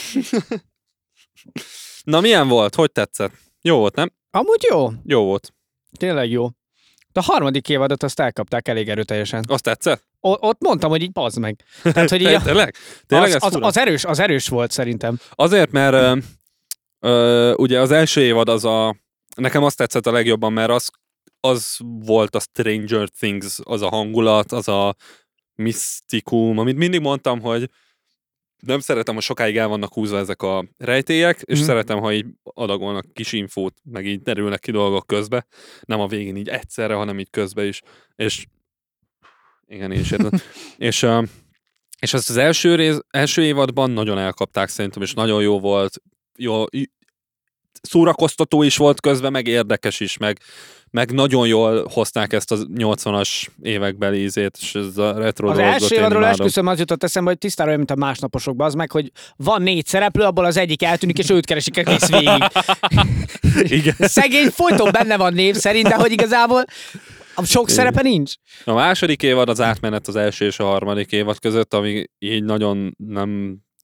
Na, milyen volt? Hogy tetszett? Jó volt, nem? Amúgy jó. Jó volt. Tényleg jó. De a harmadik évadot azt elkapták elég erőteljesen. Azt tetszett? O- ott mondtam, hogy így bazd meg. Tehát, hogy így a- Tényleg? Tényleg az, ez az, fura? az, erős, az erős volt szerintem. Azért, mert ö, ö, ugye az első évad az a... Nekem azt tetszett a legjobban, mert az, az volt a Stranger Things, az a hangulat, az a misztikum, amit mindig mondtam, hogy nem szeretem, hogy sokáig el vannak húzva ezek a rejtélyek, és Mhm. szeretem, ha így adagolnak kis infót, meg így derülnek ki dolgok közbe. Nem a végén így egyszerre, hanem így közbe is. És igen, én is értem. és, ö, és azt az első, rész, első évadban nagyon elkapták szerintem, és nagyon jó volt. Jó, y- szórakoztató is volt közben, meg érdekes is, meg, meg nagyon jól hozták ezt a nyolcvanas évekbeli ízét, és ez a retro Az dolgot első én évadról imádom. esküszöm, az jutott eszembe, hogy tisztára olyan, mint a másnaposokban, az meg, hogy van négy szereplő, abból az egyik eltűnik, és őt keresik egész végig. Igen. Szegény folyton benne van név szerint, de hogy igazából sok szerepe nincs. A második évad az átmenet az első és a harmadik évad között, ami így nagyon nem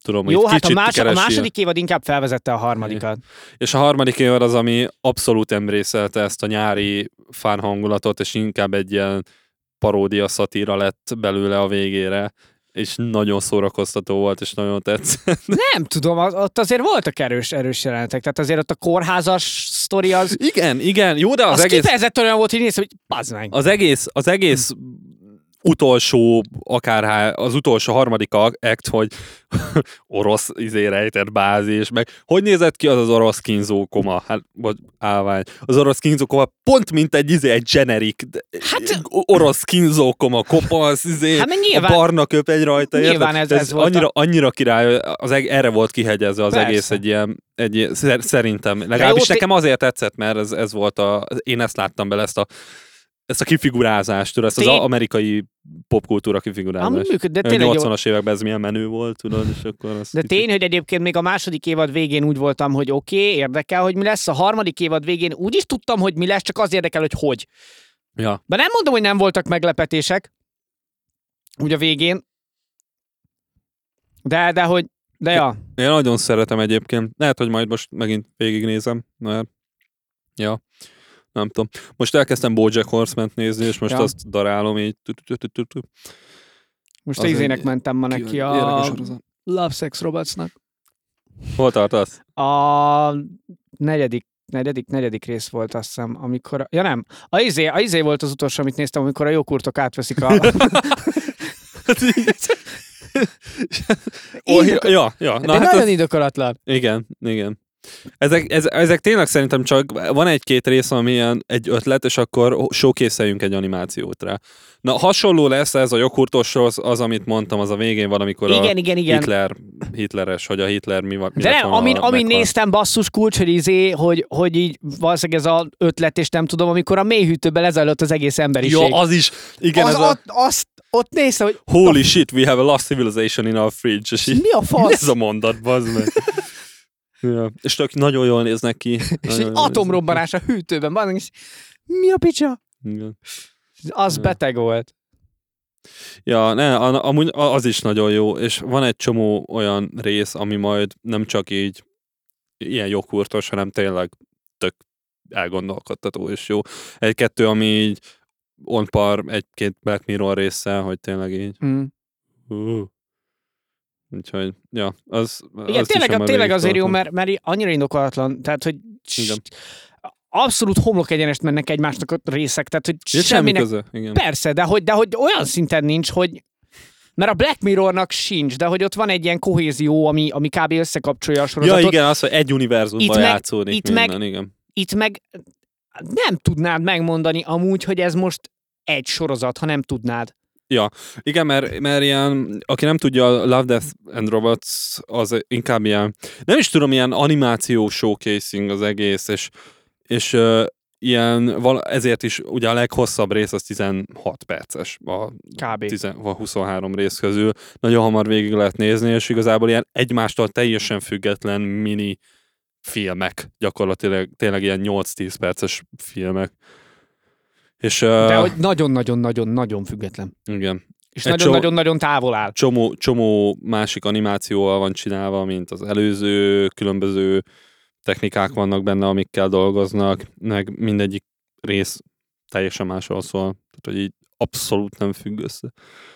tudom, Jó, hogy hát a, kicsit más, a keresi. második évad inkább felvezette a harmadikat. És a harmadik évad az, ami abszolút embrészelte ezt a nyári fán hangulatot, és inkább egy ilyen paródia szatíra lett belőle a végére, és nagyon szórakoztató volt, és nagyon tetszett. Nem tudom, az, ott azért voltak erős, erős jelenetek, tehát azért ott a kórházas sztori az... Igen, igen, jó, de az, Az egész... kifejezetten olyan volt, hogy néztem, hogy bazd meg. Az egész, az egész utolsó, akárhá, az utolsó harmadik act, hogy orosz izé rejtett bázis, meg hogy nézett ki az az orosz kínzókoma, hát, vagy állvány. Az orosz kínzókoma pont mint egy izé, egy generic Hát- orosz kínzókoma, kopasz, izé, Hát meg nyilván- a barna köpegy rajta. nyilván érted? ez- ez volt annyira, a- annyira király, az eg- erre volt kihegyezve az Persze. egész egy ilyen, egy ilyen szer- szerintem. Legalábbis jó, nekem azért tetszett, mert ez, ez volt a, én ezt láttam bele, ezt a ezt a kifigurázást, tudod, ezt az Tény- amerikai popkultúra Ami kifigurázást. működ, de A tényleg jó. nyolcvanas években ez milyen menő volt, tudod, és akkor az De kicsit- tény, hogy egyébként még a második évad végén úgy voltam, hogy oké, okay, érdekel, hogy mi lesz. A harmadik évad végén úgy is tudtam, hogy mi lesz, csak az érdekel, hogy hogy. Ja. De nem mondom, hogy nem voltak meglepetések. Úgy a végén. De, de hogy, de ja. Én nagyon szeretem egyébként. Lehet, hogy majd most megint végignézem, mert ja, nem tudom. Most elkezdtem BoJack Horseman-t nézni, és most Ja. azt darálom így. Most Az az izének egy- mentem ma neki Érdekes a sorozat. Love Sex Robotsnak. Hol tartasz? A negyedik, negyedik, negyedik rész volt, azt hiszem, amikor... A, ja nem, a izé, a izé volt az utolsó, amit néztem, amikor a jókurtok átveszik a... Oh, Indok- ja, ja. De Na, hát nagyon az, indokolatlan. igen, igen. Ezek, ez, ezek tényleg szerintem csak van egy-két rész, ami ilyen egy ötlet, és akkor showcase-eljünk egy animációt rá. Na, hasonló lesz ez a joghurtoshoz, az, amit mondtam, az a végén valamikor a Igen, igen, igen. Hitler, hitleres, hogy a Hitler mi, mi De lett nem, volna, amin, amin meghalt. néztem basszus kulcs, hogy izé, hogy, hogy így valószínűleg ez az ötlet, és nem tudom, amikor a mélyhűtőben lezajlott az egész emberiség. Ja, az is. Igen, az, ez a ott, azt, ott néztem, hogy holy shit, we have a lost civilization in our fridge. És így, mi a mi fasz? ez a mondat, bazd meg. Ja. És tök nagyon jól néznek ki. És Nagyon egy jól atomrobbanás a hűtőben, van, és mi a picsa? néznek ki. Igen. Az Ja. beteg volt. Ja, ne, a- amúgy az is nagyon jó, és van egy csomó olyan rész, ami majd nem csak így ilyen joghurtos, hanem tényleg tök elgondolkodtató és jó. Egy-kettő, ami így on par egy-két Black Mirror résszel, hogy tényleg így. Mm. Uh. Úgyhogy, ja, az... Igen, azt tényleg, is már tényleg végig azért jó, toltam. mert, mert annyira indokolatlan, tehát, hogy Igen. abszolút homlok egyenest mennek egymásnak a részek, tehát, hogy Ja, semmi semminek... köze, igen. Persze, de hogy, de hogy olyan szinten nincs, hogy mert a Black Mirrornak sincs, de hogy ott van egy ilyen kohézió, ami, ami kb. Összekapcsolja a Ja, sorozatot. igen, az, hogy egy univerzumban Itt meg- játszódik itt minden, meg- igen. Itt meg nem tudnád megmondani amúgy, hogy ez most egy sorozat, ha nem tudnád. Igen, mert, mert ilyen, aki nem tudja, a Love, Death and Robots az inkább ilyen, nem is tudom, ilyen animáció showcasing az egész, és, és uh, ilyen, val- ezért is ugye a leghosszabb rész az tizenhat perces, a, Kb. tizen, a huszonhárom rész közül. Nagyon hamar végig lehet nézni, és igazából ilyen egymástól teljesen független mini filmek, gyakorlatilag tényleg ilyen nyolc-tíz perces filmek. És, uh, De hogy nagyon-nagyon-nagyon-nagyon független. igen. És Egy nagyon-nagyon-nagyon távol áll. Csomó, csomó másik animációval van csinálva, mint az előző, különböző technikák vannak benne, amikkel dolgoznak, meg mindegyik rész teljesen másról szól. Tehát, hogy így abszolút nem függ össze.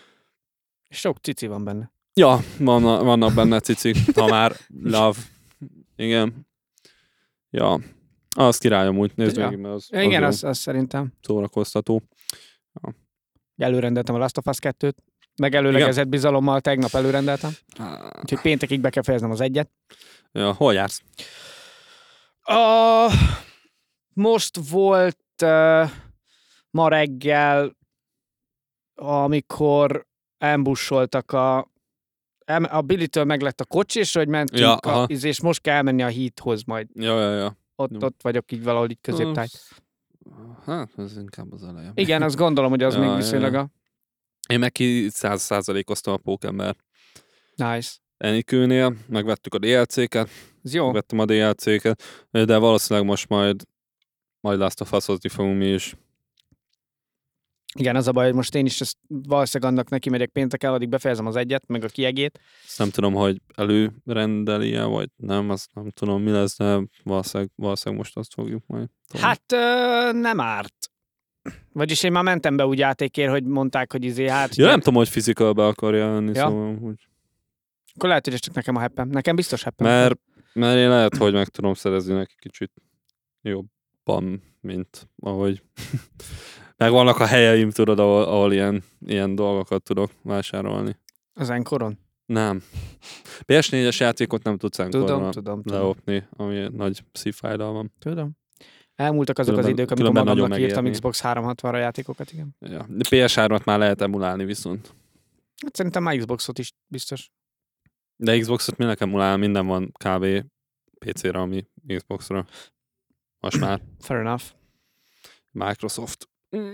Sok cici van benne. Ja, van, vannak benne cicik, ha már love. Igen. Ja. Az királyom úgy, nézd Ja. végig, mert az, Ja, az igen, jó, az, az szerintem. szórakoztató. Előrendeltem a Last of Us kettőt. Meg előlegezett bizalommal tegnap előrendeltem. Úgyhogy péntekig be kell fejeznem az egyet. Ja, hol jársz? Uh, most volt uh, ma reggel, amikor ambusholtak a a Billy-től meg lett a kocsi, és hogy mentünk, Ja, a, aha. és most kell elmenni a hídhoz majd. Ja, ja, ja. Ott, Jó. ott vagyok így valahogy így középtáj. Hát, ez inkább az eleje. Igen, azt gondolom, hogy az Ja, még ja, viszonylag ja. a Én meg ki száz százalékoztam a Pókember nice. Enikőnél, megvettük a dé el cé-ket, Ez jó. megvettem a dé el cé-ket, de valószínűleg most majd majd Last of Us-ozni fogunk mi is. Igen, az a baj, hogy most én is ezt valószínűleg annak neki megyek pénteken, addig befejezem az egyet, meg a kiegét. Ezt nem tudom, hogy előrendeli-e, vagy nem, azt nem tudom, mi lesz, de valószínűleg, valószínűleg most azt fogjuk majd. Tudom. Hát ö, nem árt. Vagyis én már mentem be úgy játékért, hogy mondták, hogy izé, hát... Ja, nem tudom, hogy fizikálba akarja jönni, Ja. szóval úgy. Akkor lehet, hogy ez csak nekem a heppem. Nekem biztos heppem. Mert, mert én lehet, hogy meg tudom szerezni neki kicsit jobban, mint ahogy megvannak a helyeim, tudod, ahol, ahol ilyen, ilyen dolgokat tudok vásárolni. Az enkoron? Nem. pé es négyes játékot nem tudsz Tudom, enkorra tudom, tudom. leopni, ami nagy szívfájdalmam. Tudom. Elmúltak azok Különben- az idők, amikor különben nagyon magamnak írtam megérni. Xbox háromszázhatvanra játékokat, igen. Ja. De pé es hármat már lehet emulálni viszont. Hát szerintem már Xboxot is biztos. De Xboxot mi nekem emulál, minden van kb. pé cére, ami Xboxra. Most már. Fair enough. Microsoft.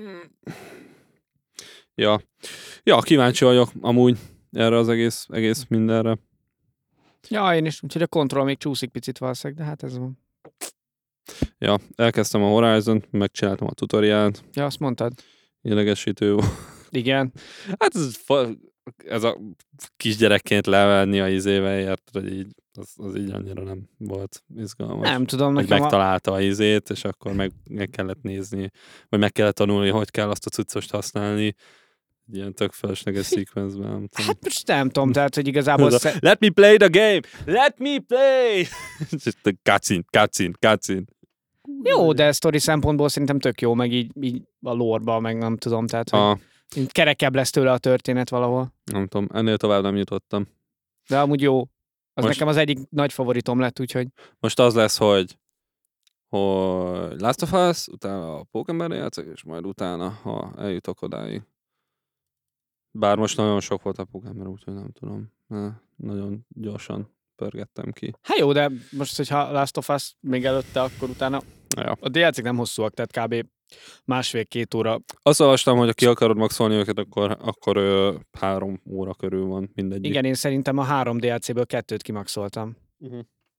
Ja. Ja, kíváncsi vagyok amúgy erre az egész, egész mindenre. Ja, én is. Úgyhogy a kontroll még csúszik picit valószínűleg, de hát ez van. Ja, elkezdtem a Horizon-t, megcsináltam a tutoriált, Ja, azt mondtad. idegesítő volt. Igen. Hát ez, fa- ez a kisgyerekként levenni a izével, érted, hogy így, az, az így annyira nem volt izgalmas. Nem tudom, Hogy nekem a... megtalálta a izét, és akkor meg, meg kellett nézni, vagy meg kellett tanulni, hogy kell azt a cuccost használni. Ilyen tök fölösleges szekvencben, nem tudom. Hát most nem tudom, tehát, hogy igazából... Ez a, Sze... Let me play the game! Let me play! Cutscene, cutscene, cutscene. Jó, de sztori szempontból szerintem tök jó, meg így, így a lore-ba, meg nem tudom, tehát hogy Ah, így kerekebb lesz tőle a történet valahol. nem tudom, ennél tovább nem jutottam. De amúgy jó. Az Most- nekem az egyik nagy favoritom lett, úgyhogy Most az lesz, hogy hogy Last of Us, utána a Pokémonra játszok, és majd utána, ha eljutok odáig. Bár most nagyon sok volt a Pokémon, úgyhogy nem tudom. Ne, nagyon gyorsan pörgettem ki. hát jó, de most, hogyha Last of Us még előtte, akkor utána Ja. a dé el cék nem hosszúak, tehát kb. Másfél-két óra. Azt olvastam, hogy ha ki akarod maxolni őket, akkor, akkor ö, három óra körül van mindegyik. Igen, én szerintem a három dé el céből kettőt kimaxoltam. Uh-huh.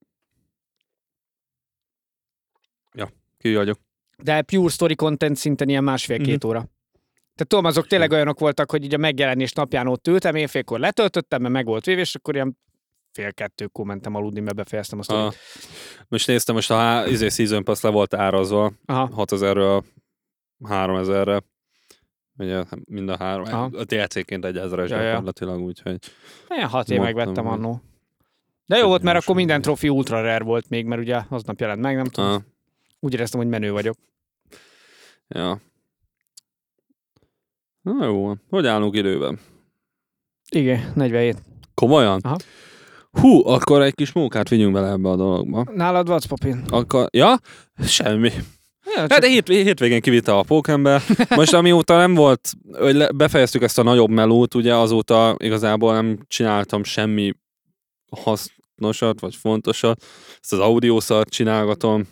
Ja, ki vagyok. De pure story content szinten ilyen másfél-két Mhm. óra. Tehát tudom, azok tényleg olyanok voltak, hogy így a megjelenés napján ott ültem, éjfélkor letöltöttem, mert meg volt véve, és akkor ilyen fél kettőkor mentem aludni, mert befejeztem azt. A, most néztem, most a há- izé Season Pass le volt árazva Aha. hatezerről háromezerre. Ugye mind a három. Aha. A dé el cé-ként egy ezeres Ja, ja. gyakorlatilag, úgyhogy Ilyen hat év Mondtam, megvettem hogy- annó. De jó volt, mert Most akkor minden mindegy. trofi ultra rare volt még, mert ugye aznap jelent meg, nem tudom. ah, Úgy éreztem, hogy menő vagyok. ja. Na jó van. Hogy állunk időben? Igen, negyvenhét. Komolyan? Aha. Hú, akkor egy kis munkát vigyünk bele ebbe a dologba. Nálad Vac Papin? Akkor, ja? Semmi. Ja, Hát de hét, hétvégén kivitte a pókember. Most amióta nem volt, hogy le, befejeztük ezt a nagyobb melót, ugye azóta igazából nem csináltam semmi hasznosat, vagy fontosat. Ezt az audiószart csinálgatom.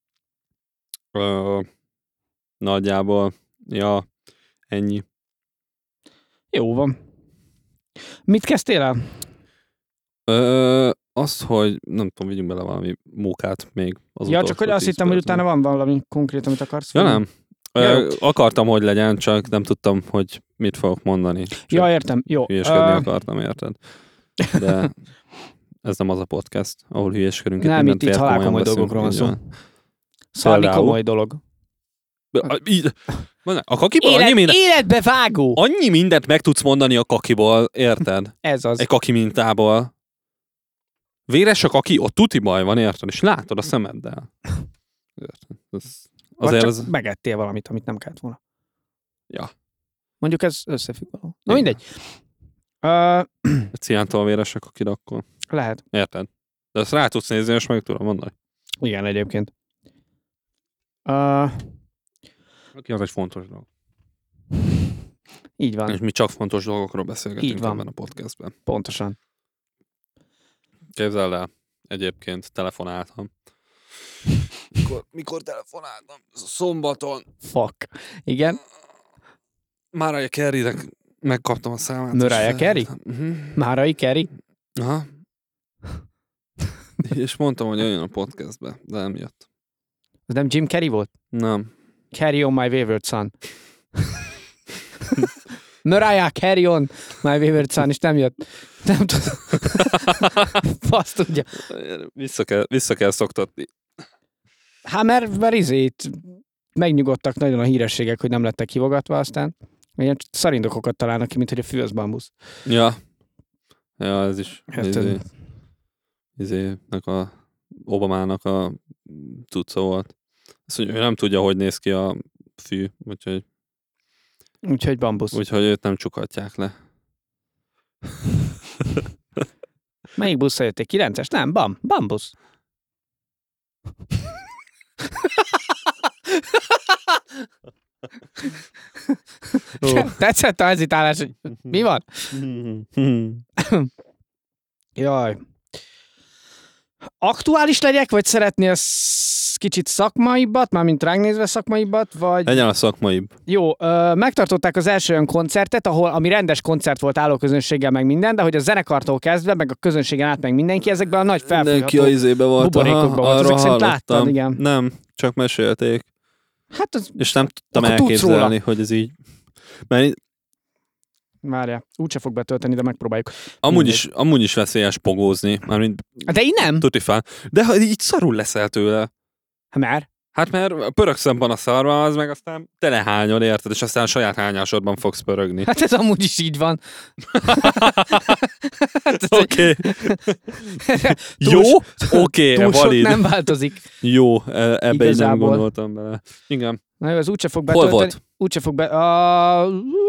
Ö, nagyjából. Ja, ennyi. Jó van. Mit kezdtél el? Ö, az, hogy nem tudom, vigyünk bele valami mókát még az Ja, utolsó csak hogy azt tíz hittem, hogy percben. utána van valami konkrét, amit akarsz. Ja, nem. Ja, Ö, jó. akartam, hogy legyen, csak nem tudtam, hogy mit fogok mondani. Csak Ja, értem. Jó. hülyeskedni Ö, akartam, érted? De ez nem az a podcast, ahol hülyeskedünk. Nem, mindent itt- itt vérkomolyan halálkomoly beszélünk, dolgokról van így szó. van. Szalni Például- komoly dolog. A, így, a kakiból annyi, Élet, minden, életbe vágó! annyi mindent meg tudsz mondani a kakiból, érted? Ez az. Egy kaki mintából. Véres a kaki, ott tuti baj van, érted? És látod a szemeddel. Érted? Ez, Vagy azért csak ez... megettél valamit, amit nem kellett volna. Ja. Mondjuk ez összefügg való. Na Igen. mindegy. Uh, Ciántól véres a kakid akkor. lehet. Érted? De ezt rá tudsz nézni, és meg tudom mondani. Igen, egyébként. Uh, Aki az egy fontos dolog. így van, És mi csak fontos dolgokról beszélgetünk Így van. ebben a podcastben. pontosan. Képzeld el, egyébként telefonáltam. Mikor, mikor telefonáltam? Szombaton. Fuck. Igen. Mariah Carey-nek megkaptam a számát. Mariah és Carey? felhívtam. Uh-huh. Márai Keri? Aha. És mondtam, hogy jöjjön a podcastbe, de nem jött. Ez nem Jim Carrey volt? Nem. Carry on my wayward son. Mariah Carey on My Favorite Son, és nem jött. Nem tudom. Fasz tudja. Vissza kell, vissza kell szoktatni. Hát mert, mert izét megnyugodtak nagyon a hírességek, hogy nem lettek hívogatva, aztán ilyen szarindokokat találnak ki, mint hogy a fű az bambusz. Ja. Ja, ez is. Hát, izé, izének a Obamának a tudca volt. Azt mondja, ő nem tudja, hogy néz ki a fű, úgyhogy Úgyhogy bambusz. úgyhogy őt nem csukhatják le. Melyik busszal jötték? kilences? Nem, bam, bambusz. Ó. Tetszett a hezitálás, hogy mi van? Jaj. Aktuális legyek, vagy szeretnél sz- kicsit szakmaibbat, mármint ránk nézve szakmaibbat, vagy... Legyen a szakmaibb. Jó, ö, megtartották az első olyan koncertet, ahol, ami rendes koncert volt állóközönséggel, meg minden, de hogy a zenekartól kezdve, meg a közönségen át, meg mindenki ezekben a nagy Mindenki a felfújható izébe volt. buborékokban volt. Arra Ezek szerint láttad, hallottam. igen. Nem, csak mesélték. Hát az... És nem tudtam Akkor tudsz elképzelni, hogy ez így... Mert Várjál, úgyse fog betölteni, de megpróbáljuk. amúgy Mindegy. is, amúgy is veszélyes pogózni. Mármint De így nem. tuti fel. De ha így szarul leszel tőle. Mert? Hát mert pörögszem van a szarva, az meg aztán telehányod, érted? És aztán a saját hányásodban fogsz pörögni. Hát ez amúgy is így van. Hát ez Oké. egy- Jó? Oké, Túl sok valid. nem változik. Jó, e- ebbe így nem Igazából. gondoltam bele. Igen. Na jó, ez úgyse fog Hol betölteni. volt? Úgyse fog be... A...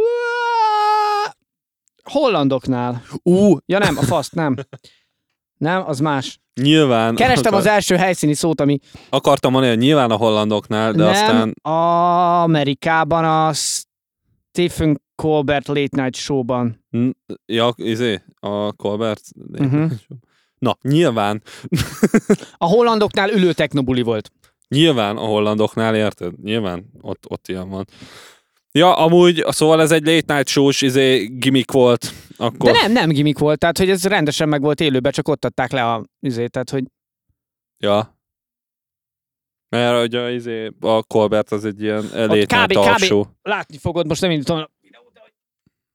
Hollandoknál. Ú, Ja nem, a faszt, nem. Nem, az más. nyilván. Kerestem akar, az első helyszíni szót, ami Akartam mondani, hogy nyilván a hollandoknál, de nem aztán... Amerikában a Stephen Colbert Late Night Show-ban. N- Ja, izé, a Colbert. Mhm. Na, nyilván. A hollandoknál ülő technobuli volt. Nyilván a hollandoknál, érted? Nyilván ott, ott ilyen van. Ja, amúgy, szóval ez egy late night show-s izé, gimmick volt. Akkor... De nem, nem gimmick volt, tehát hogy ez rendesen meg volt élőben, csak ott adták le a izét, tehát hogy Ja. Mert hogy a, izé, a Colbert az egy ilyen late night kb. talk kb. show. látni fogod, most nem indítom a videót, de hogy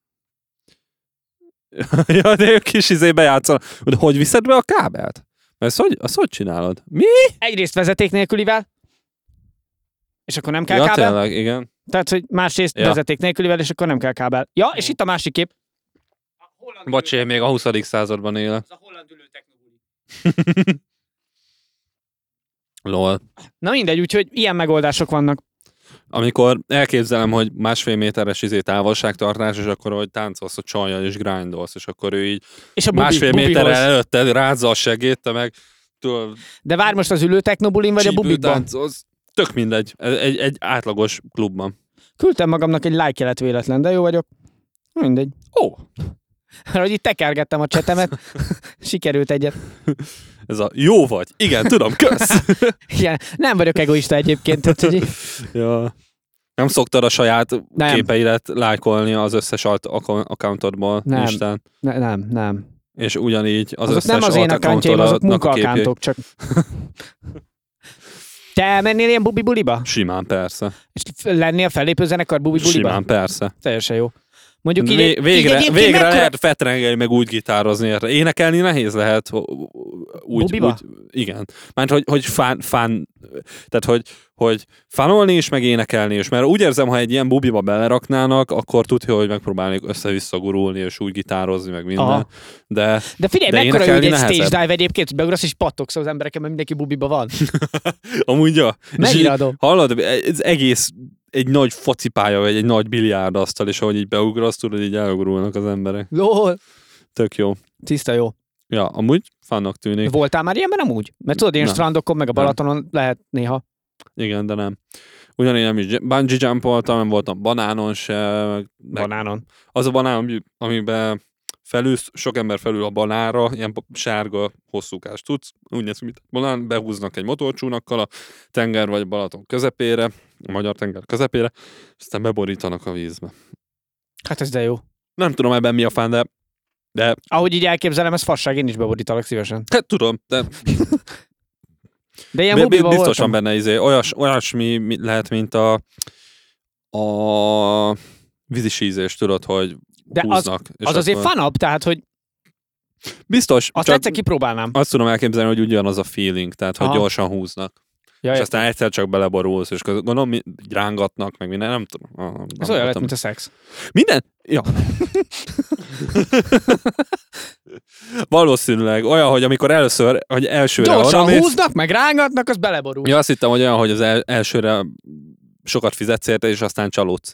Ja, de ők is izé bejátszanak. De hogy viszed be a kábelt? Mert ezt hogy, azt hogy csinálod? Mi? egyrészt vezeték nélkülivel, és akkor nem kell Ja, kábel. tényleg, igen. Tehát, hogy másrészt Ja. vezeték nélkülivel, és akkor nem kell kábel. Ja, és itt a másik kép. A holland Bocs, én még a huszadik században élek. Ez a holland ülő technobuli. Lol. Na mindegy, úgyhogy ilyen megoldások vannak. Amikor elképzelem, hogy másfél méteres izé távolságtartás, és akkor hogy táncolsz a csajjal és grindolsz, és akkor ő így És a bubi, másfél bubihoz. méterrel előtted rázza a segét, te meg tudod, De várj most az ülő technobulin, vagy a csípő bubikban? táncolsz. Tök mindegy. Egy, egy átlagos klubban. Küldtem magamnak egy like jelet véletlen, de jó vagyok. Mindegy. Ó, Mert hogy itt tekergettem a csetemet, sikerült egyet. ez a jó vagy. Igen, tudom, kösz. Igen, nem vagyok egoista egyébként. Tehát, hogy Ja. Nem szoktad a saját Nem. képeidet lájkolni az összes alt accountodból Nem. Instán. ne, nem, nem. És ugyanígy az Azok összes nem az én alt accountjaim, azok accountodnak a képjei. munkaakántok, csak... Te mennél ilyen bubi buliba? Simán, persze. És lennél fellépő zenekar bubi buliba? Simán, persze. Teljesen jó. Mondjuk így, Vé- így végre egyébként végre mekkora- lehet fetrengeni, meg úgy gitározni. érte. Énekelni nehéz lehet. Úgy, Bubiba? úgy, igen. Mert hogy, hogy fán, fán, tehát hogy, hogy fanolni is, meg énekelni is. Mert úgy érzem, ha egy ilyen bubiba beleraknának, akkor tudja, hogy megpróbálnék össze-vissza gurulni, és úgy gitározni, meg minden. Aha. De De figyelj, De mekkora énekelni úgy egy nehezebb. stage dive egyébként, hogy beugrasz és pattogsz az embereken, mert mindenki bubiba van. amúgy, ja. És így, Mennyire adom? hallod, ez egész egy nagy focipálya, vagy egy nagy biliárdasztal, és ahogy így beugrasz, tudod, így elgurulnak az emberek. Lol. Tök jó. Tiszta jó. Ja, amúgy fannak tűnik. Voltál már ilyenben amúgy? Mert tudod, ilyen Nem. strandokon, meg a Nem. Balatonon lehet néha. Igen, de nem. Ugyanígy nem is bungee jumpoltam, nem voltam banánon se. Meg, meg Banánon. az a banán, ami- amiben felülsz, sok ember felül a banára, ilyen sárga, hosszúkás tudsz, úgy néz ki, mint banán, behúznak egy motorcsónakkal a tenger vagy Balaton közepére, a magyar tenger közepére, aztán beborítanak a vízbe. Hát ez de jó. Nem tudom ebben mi a fán, de, de Ahogy így elképzelem, ez fasság, én is beborítalak szívesen. hát tudom, de De ilyen bi- bubiba biztos voltam. van benne izé, olyas, olyasmi mi lehet, mint a a vízisízés, tudod, hogy De húznak. az, az azért fanabb, tehát, hogy biztos. azt egyszer kipróbálnám. Azt tudom elképzelni, hogy ugyanaz a feeling, tehát, hogy Aha. gyorsan húznak. Ja, és aztán egyszer csak beleborulsz, és gondolom, mi- rángatnak, meg minden, nem tudom. Ah, nem ez olyan lett, tudom. mint a szex. Minden? Ja. Valószínűleg olyan, hogy amikor először, hogy elsőre Gyorsan arra mész- húznak, meg rángatnak, az beleborul. Ja, azt hittem, hogy olyan, hogy az el, elsőre sokat fizetsz érte, és aztán csalódsz.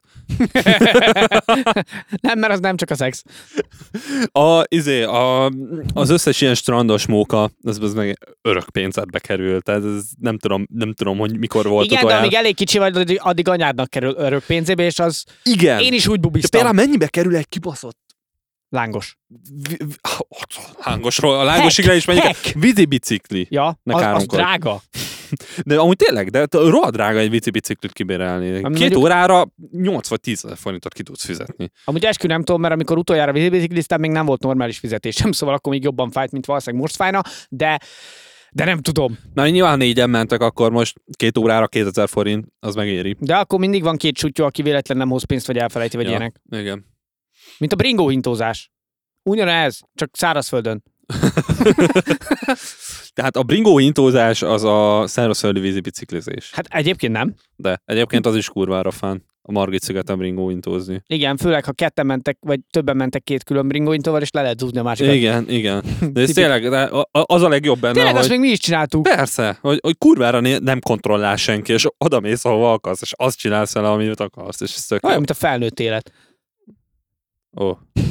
Nem, mert az nem csak a szex. A, izé, a, az összes ilyen strandos móka, az, az meg örök pénzedbe kerül, tehát ez nem tudom, nem tudom, hogy mikor volt Igen, de utoljára. amíg elég kicsi vagy, addig- addig anyádnak kerül örök pénzébe, és az Igen. én is úgy De bubiztam. például mennyibe kerül egy kibaszott Lángos. vi- vi- lángosról, a lángosigre is menjünk. Heck. Vízi bicikli. Ja, Ne az, az káromkodj. drága. De amúgy tényleg, de rohadt drága egy vízi biciklit kibérelni. Két mondjuk- órára nyolc vagy tíz ezer forintot ki tudsz fizetni. Amúgy eskü nem tudom, mert amikor utoljára vízibicikliztem, még nem volt normális fizetésem, szóval akkor még jobban fájt, mint valószínűleg most fájna, de, de nem tudom. Na, nyilván négyen mentek, akkor most két órára kétezer forint, az megéri. De akkor mindig van két sutyó, aki véletlen nem hoz pénzt, vagy elfelejti, vagy Ja. ilyenek. Igen. Mint a bringó hintózás. Ugyanez, csak szárazföldön. Tehát a bringó intózás az a szárazföldi vízi biciklizés. Hát egyébként nem. De egyébként az is kurvára fán. A Margit szigeten bringó intózni. Igen, főleg ha ketten mentek, vagy többen mentek két külön bringóintóval, és le lehet zúzni a másikat. Igen, igen. De ez Tipik. tényleg, de a- a- az a legjobb benne, Tényleg, hogy... azt még mi is csináltuk. Persze, hogy, hogy kurvára né- nem kontrollál senki, és oda mész, ahova akarsz, és azt csinálsz vele, amit akarsz, és ez tök jó. Olyan, mint a felnőtt élet. Ó.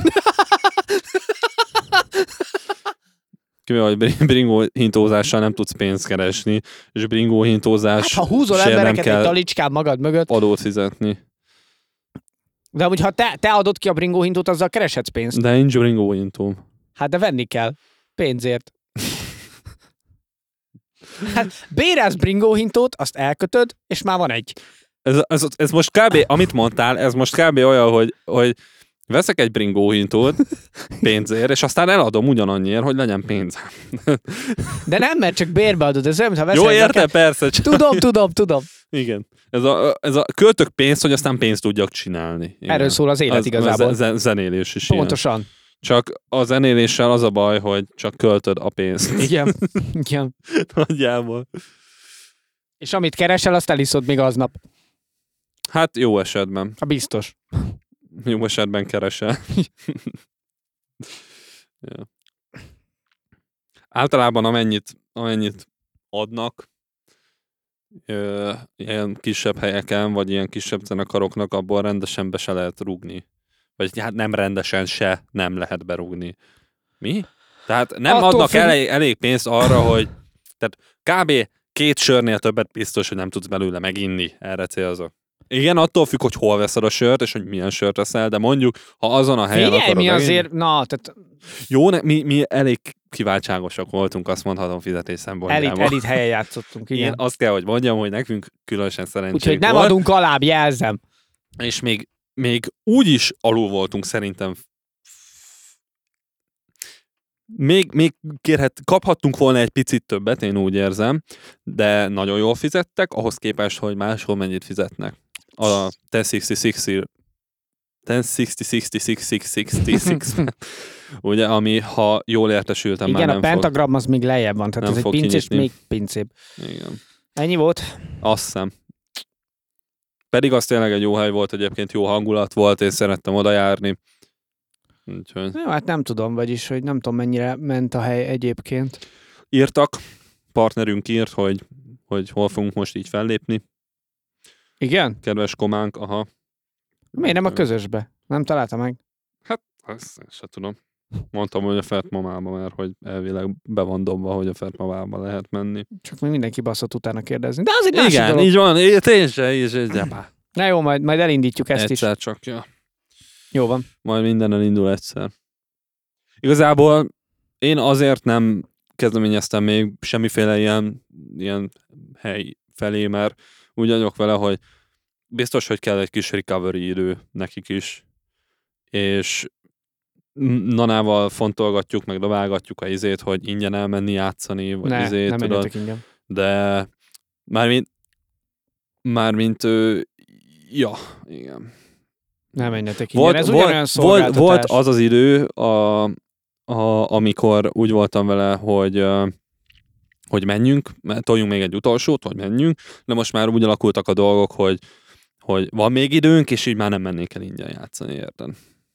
Kivel, hogy bring- bringó hintózással nem tudsz pénzt keresni, és bringó hintózás Hát, ha húzol nem embereket egy kell talicskán magad mögött, adót fizetni. de amúgy, ha te, te adod ki a bringó hintót, azzal kereshetsz pénzt. De nincs bringó hintóm. Hát de venni kell. Pénzért. Hát bérelsz bringó hintót, azt elkötöd, és már van egy. Ez, ez, ez most kb. Amit mondtál, ez most kb. Olyan, hogy, hogy veszek egy bringó hintót pénzért, és aztán eladom ugyanannyiért, hogy legyen pénz. De nem, mert csak bérbe adod. Ez olyan, mintha veszel Jó, egy érte, neked- persze. Csak... Tudom, tudom, tudom. Igen. Ez a, ez a költök pénzt, hogy aztán pénzt tudjak csinálni. Igen. Erről szól az élet Az- igazából. A zen- zenélés is Pontosan. ilyen. Csak a zenéléssel az a baj, hogy csak költöd a pénzt. Igen. Igen. Nagyjából. És amit keresel, azt eliszod még aznap. Hát jó esetben. A biztos. Jó esetben keresel. Ja. Általában amennyit, amennyit adnak ö, ilyen kisebb helyeken, vagy ilyen kisebb zenekaroknak, abból rendesen be se lehet rúgni. Vagy hát nem rendesen se nem lehet berúgni. Mi? Tehát nem Attól adnak függ- elég, elég pénzt arra, hogy tehát kb. Két sörnél többet biztos, hogy nem tudsz belőle meginni. Erre célzok. Igen, attól függ, hogy hol veszed a sört, és hogy milyen sört veszel, de mondjuk, ha azon a helyen Figyelj, akarod mi meginni- azért, na, tehát Jó, ne, mi, mi elég kiváltságosak voltunk, azt mondhatom fizetés szempontjából. elit, elit helyen játszottunk, Én igen. azt kell, hogy mondjam, hogy nekünk különösen szerencsénk Úgyhogy nem volt, adunk alább, jelzem. és még, még úgy is alul voltunk szerintem. Még, még kérhet, kaphattunk volna egy picit többet, én úgy érzem, de nagyon jól fizettek, ahhoz képest, hogy máshol mennyit fizetnek. A tíz százszázhatvan tíz ugye, ami ha jól értesültem, Igen, már a nem fog. pentagram az még lejjebb van, tehát nem ez egy fog pincés, kinyitni. még pincébb. Igen. Ennyi volt? Azt hiszem. Pedig az tényleg egy jó hely volt, egyébként jó hangulat volt, és szerettem oda járni. Úgyhogy Jó, hát nem tudom, vagyis, hogy nem tudom, mennyire ment a hely egyébként. írtak, partnerünk írt, hogy, hogy hol fogunk most így fellépni. Igen? Kedves kománk, aha. Miért nem a közösbe? Nem találta meg? Hát, ezt se tudom. Mondtam, hogy a Fert mamába, mert hogy elvileg be van dobva, hogy a Fert mamába lehet menni. Csak még mindenki baszott utána kérdezni. De az egy másik Igen, dolog. így van, így, én se, így se, gyapá. Na jó, majd, majd elindítjuk ezt Egyszer is. csak, ja. Jó van. Majd minden elindul egyszer. Igazából én azért nem kezdeményeztem még semmiféle ilyen, ilyen hely felé, mert úgy vagyok vele, hogy biztos, hogy kell egy kis recovery idő nekik is, és Nanával fontolgatjuk, meg dobálgatjuk a izét, hogy ingyen elmenni játszani, vagy Ne, izét, nem tudod, menjetek ingyen. de mármint mármint ő, ja, igen. Nem menjetek ingyen. Volt, Ez volt, ugyanolyan volt, volt az az idő, a, a, amikor úgy voltam vele, hogy, hogy menjünk, toljunk még egy utolsót, hogy menjünk, de most már úgy alakultak a dolgok, hogy, hogy van még időnk, és így már nem mennék el ingyen játszani, érted?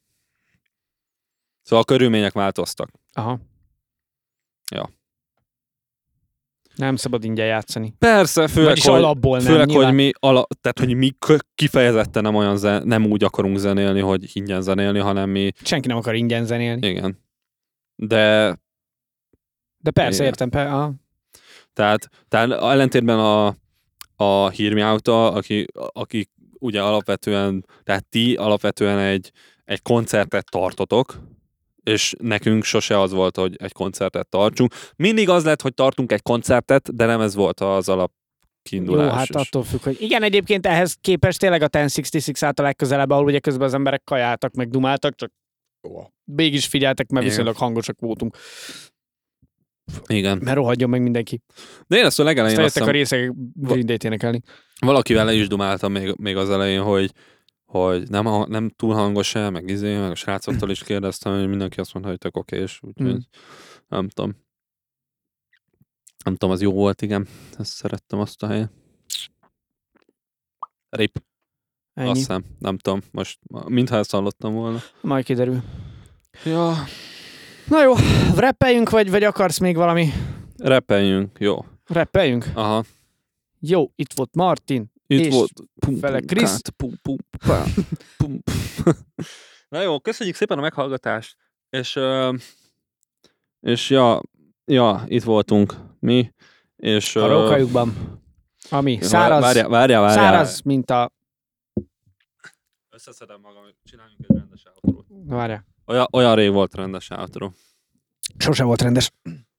Szóval a körülmények változtak. Aha. Ja. Nem szabad ingyen játszani. Persze, főleg, Vagyis hogy, alapból nem, főleg hogy, mi ala, tehát, hogy mi kifejezetten nem, olyan zen, nem úgy akarunk zenélni, hogy ingyen zenélni, hanem mi... Senki nem akar ingyen zenélni. Igen. De... De persze, igen. értem. Per, aha. Tehát, tehát ellentétben a, a Hear Me Out-tal, aki, aki ugye alapvetően, tehát ti alapvetően egy, egy koncertet tartotok, és nekünk sose az volt, hogy egy koncertet tartsunk. Mindig az lett, hogy tartunk egy koncertet, de nem ez volt az alap kiindulás. Jó, hát attól függ, hogy igen, egyébként ehhez képest tényleg a tíz hatvanhat állt a legközelebb, ahol ugye közben az emberek kajáltak, meg dumáltak, csak mégis figyeltek, mert igen. viszonylag hangosak voltunk. Igen. Mert rohadjon meg mindenki. De én ezt a legelején Aztán azt jöttek a hiszem, részek Green Day-t énekelni. valakivel le is dumáltam még, még az elején, hogy, hogy nem, nem túl hangos-e, meg izé, meg a srácoktól is kérdeztem, hogy mindenki azt mondta, hogy tök okés, úgyhogy Mm. nem tudom. Nem tudom, az jó volt, igen. Ezt szerettem azt a helyet. Rip. Ennyi. Azt hiszem, nem tudom, most mintha ezt hallottam volna. Majd kiderül. Ja. Na jó, rappeljünk, vagy, vagy akarsz még valami? Rappeljünk, jó. Rappeljünk? Aha. Jó, itt volt Martin. Itt és volt. Pum, fele pum, Krisz. kát, pum, pum, pá, pum. Na jó, köszönjük szépen a meghallgatást. És, uh, és ja, ja, itt voltunk mi. És, A uh, rókajukban. Ami száraz, Várjál, várjál, várjál. száraz, mint a... Összeszedem magam, hogy csináljunk egy rendes outrót. Várjál. Olyan, olyan rég volt rendes outro. Sose volt rendes.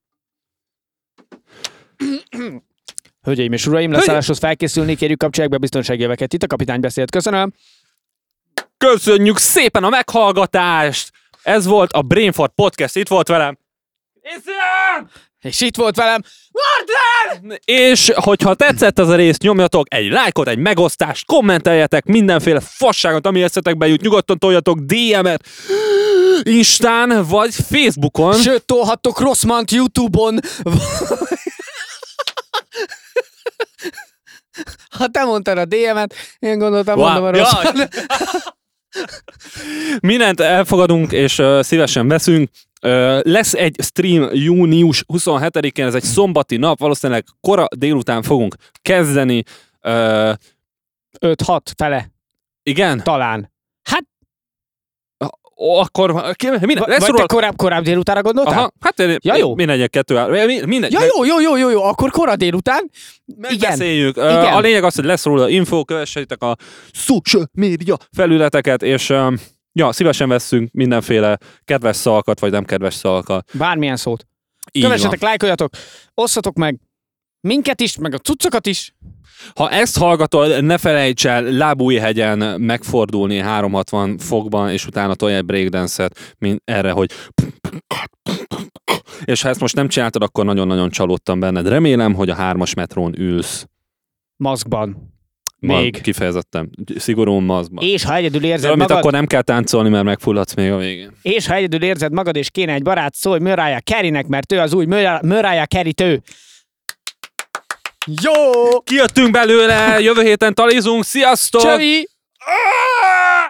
Hölgyeim és uraim, leszálláshoz felkészülni, kérjük kapcsolják be biztonsági jöveket. Itt a kapitány beszélt. Köszönöm. Köszönjük szépen a meghallgatást! Ez volt a Brainfart Podcast, itt volt velem. És itt volt velem Martin! És hogyha tetszett az a rész, nyomjatok egy lájkot, egy megosztást, kommenteljetek mindenféle fasságot, ami eszetekbe jut, nyugodtan toljatok dé em-et Instán vagy Facebookon. Sőt, tolhattok Rosszmant YouTube-on. Ha te mondtad a dé em-et, én gondoltam, Wow. mondom a Ja. Rosszmant. Mindent elfogadunk, és uh, szívesen veszünk. Uh, lesz egy stream június huszonhetedikén, ez egy szombati nap, valószínűleg kora délután fogunk kezdeni. Uh, öt-hat fele, igen? talán. Hát, Ó, akkor ki, minden, vagy lesz te róla... korább, korább délutánra gondoltál? Aha, hát én, Ja, jó. mindegy, kettő áll. Mindegy, Ja, jó, jó, jó, jó, jó, akkor kora délután. Igen. megbeszéljük. Uh, Igen. A lényeg az, hogy lesz róla info, kövessétek a social media felületeket, és um, ja, szívesen vesszünk mindenféle kedves szavakat, vagy nem kedves szavakat. Bármilyen szót. Így Kövessetek, van. lájkoljatok, osszatok meg minket is, meg a cuccokat is. Ha ezt hallgatod, ne felejts el Lábújhegyen megfordulni háromszázhatvan fokban, és utána tolj egy breakdance-et, mint erre, hogy és ha ezt most nem csináltad, akkor nagyon-nagyon csalódtam benned. Remélem, hogy a hármas metrón ülsz. Maszkban. Ma, Még. Kifejezetten. Szigorúan mazban. És ha egyedül érzed De amit magad, akkor nem kell táncolni, mert megfulladsz még a végén. és ha egyedül érzed magad, és kéne egy barát, szólj Mariah Careynek, mert ő az új Mariah Mariah Carey-tő. Jó! Kijöttünk belőle, jövő héten talizunk, sziasztok! Csövi!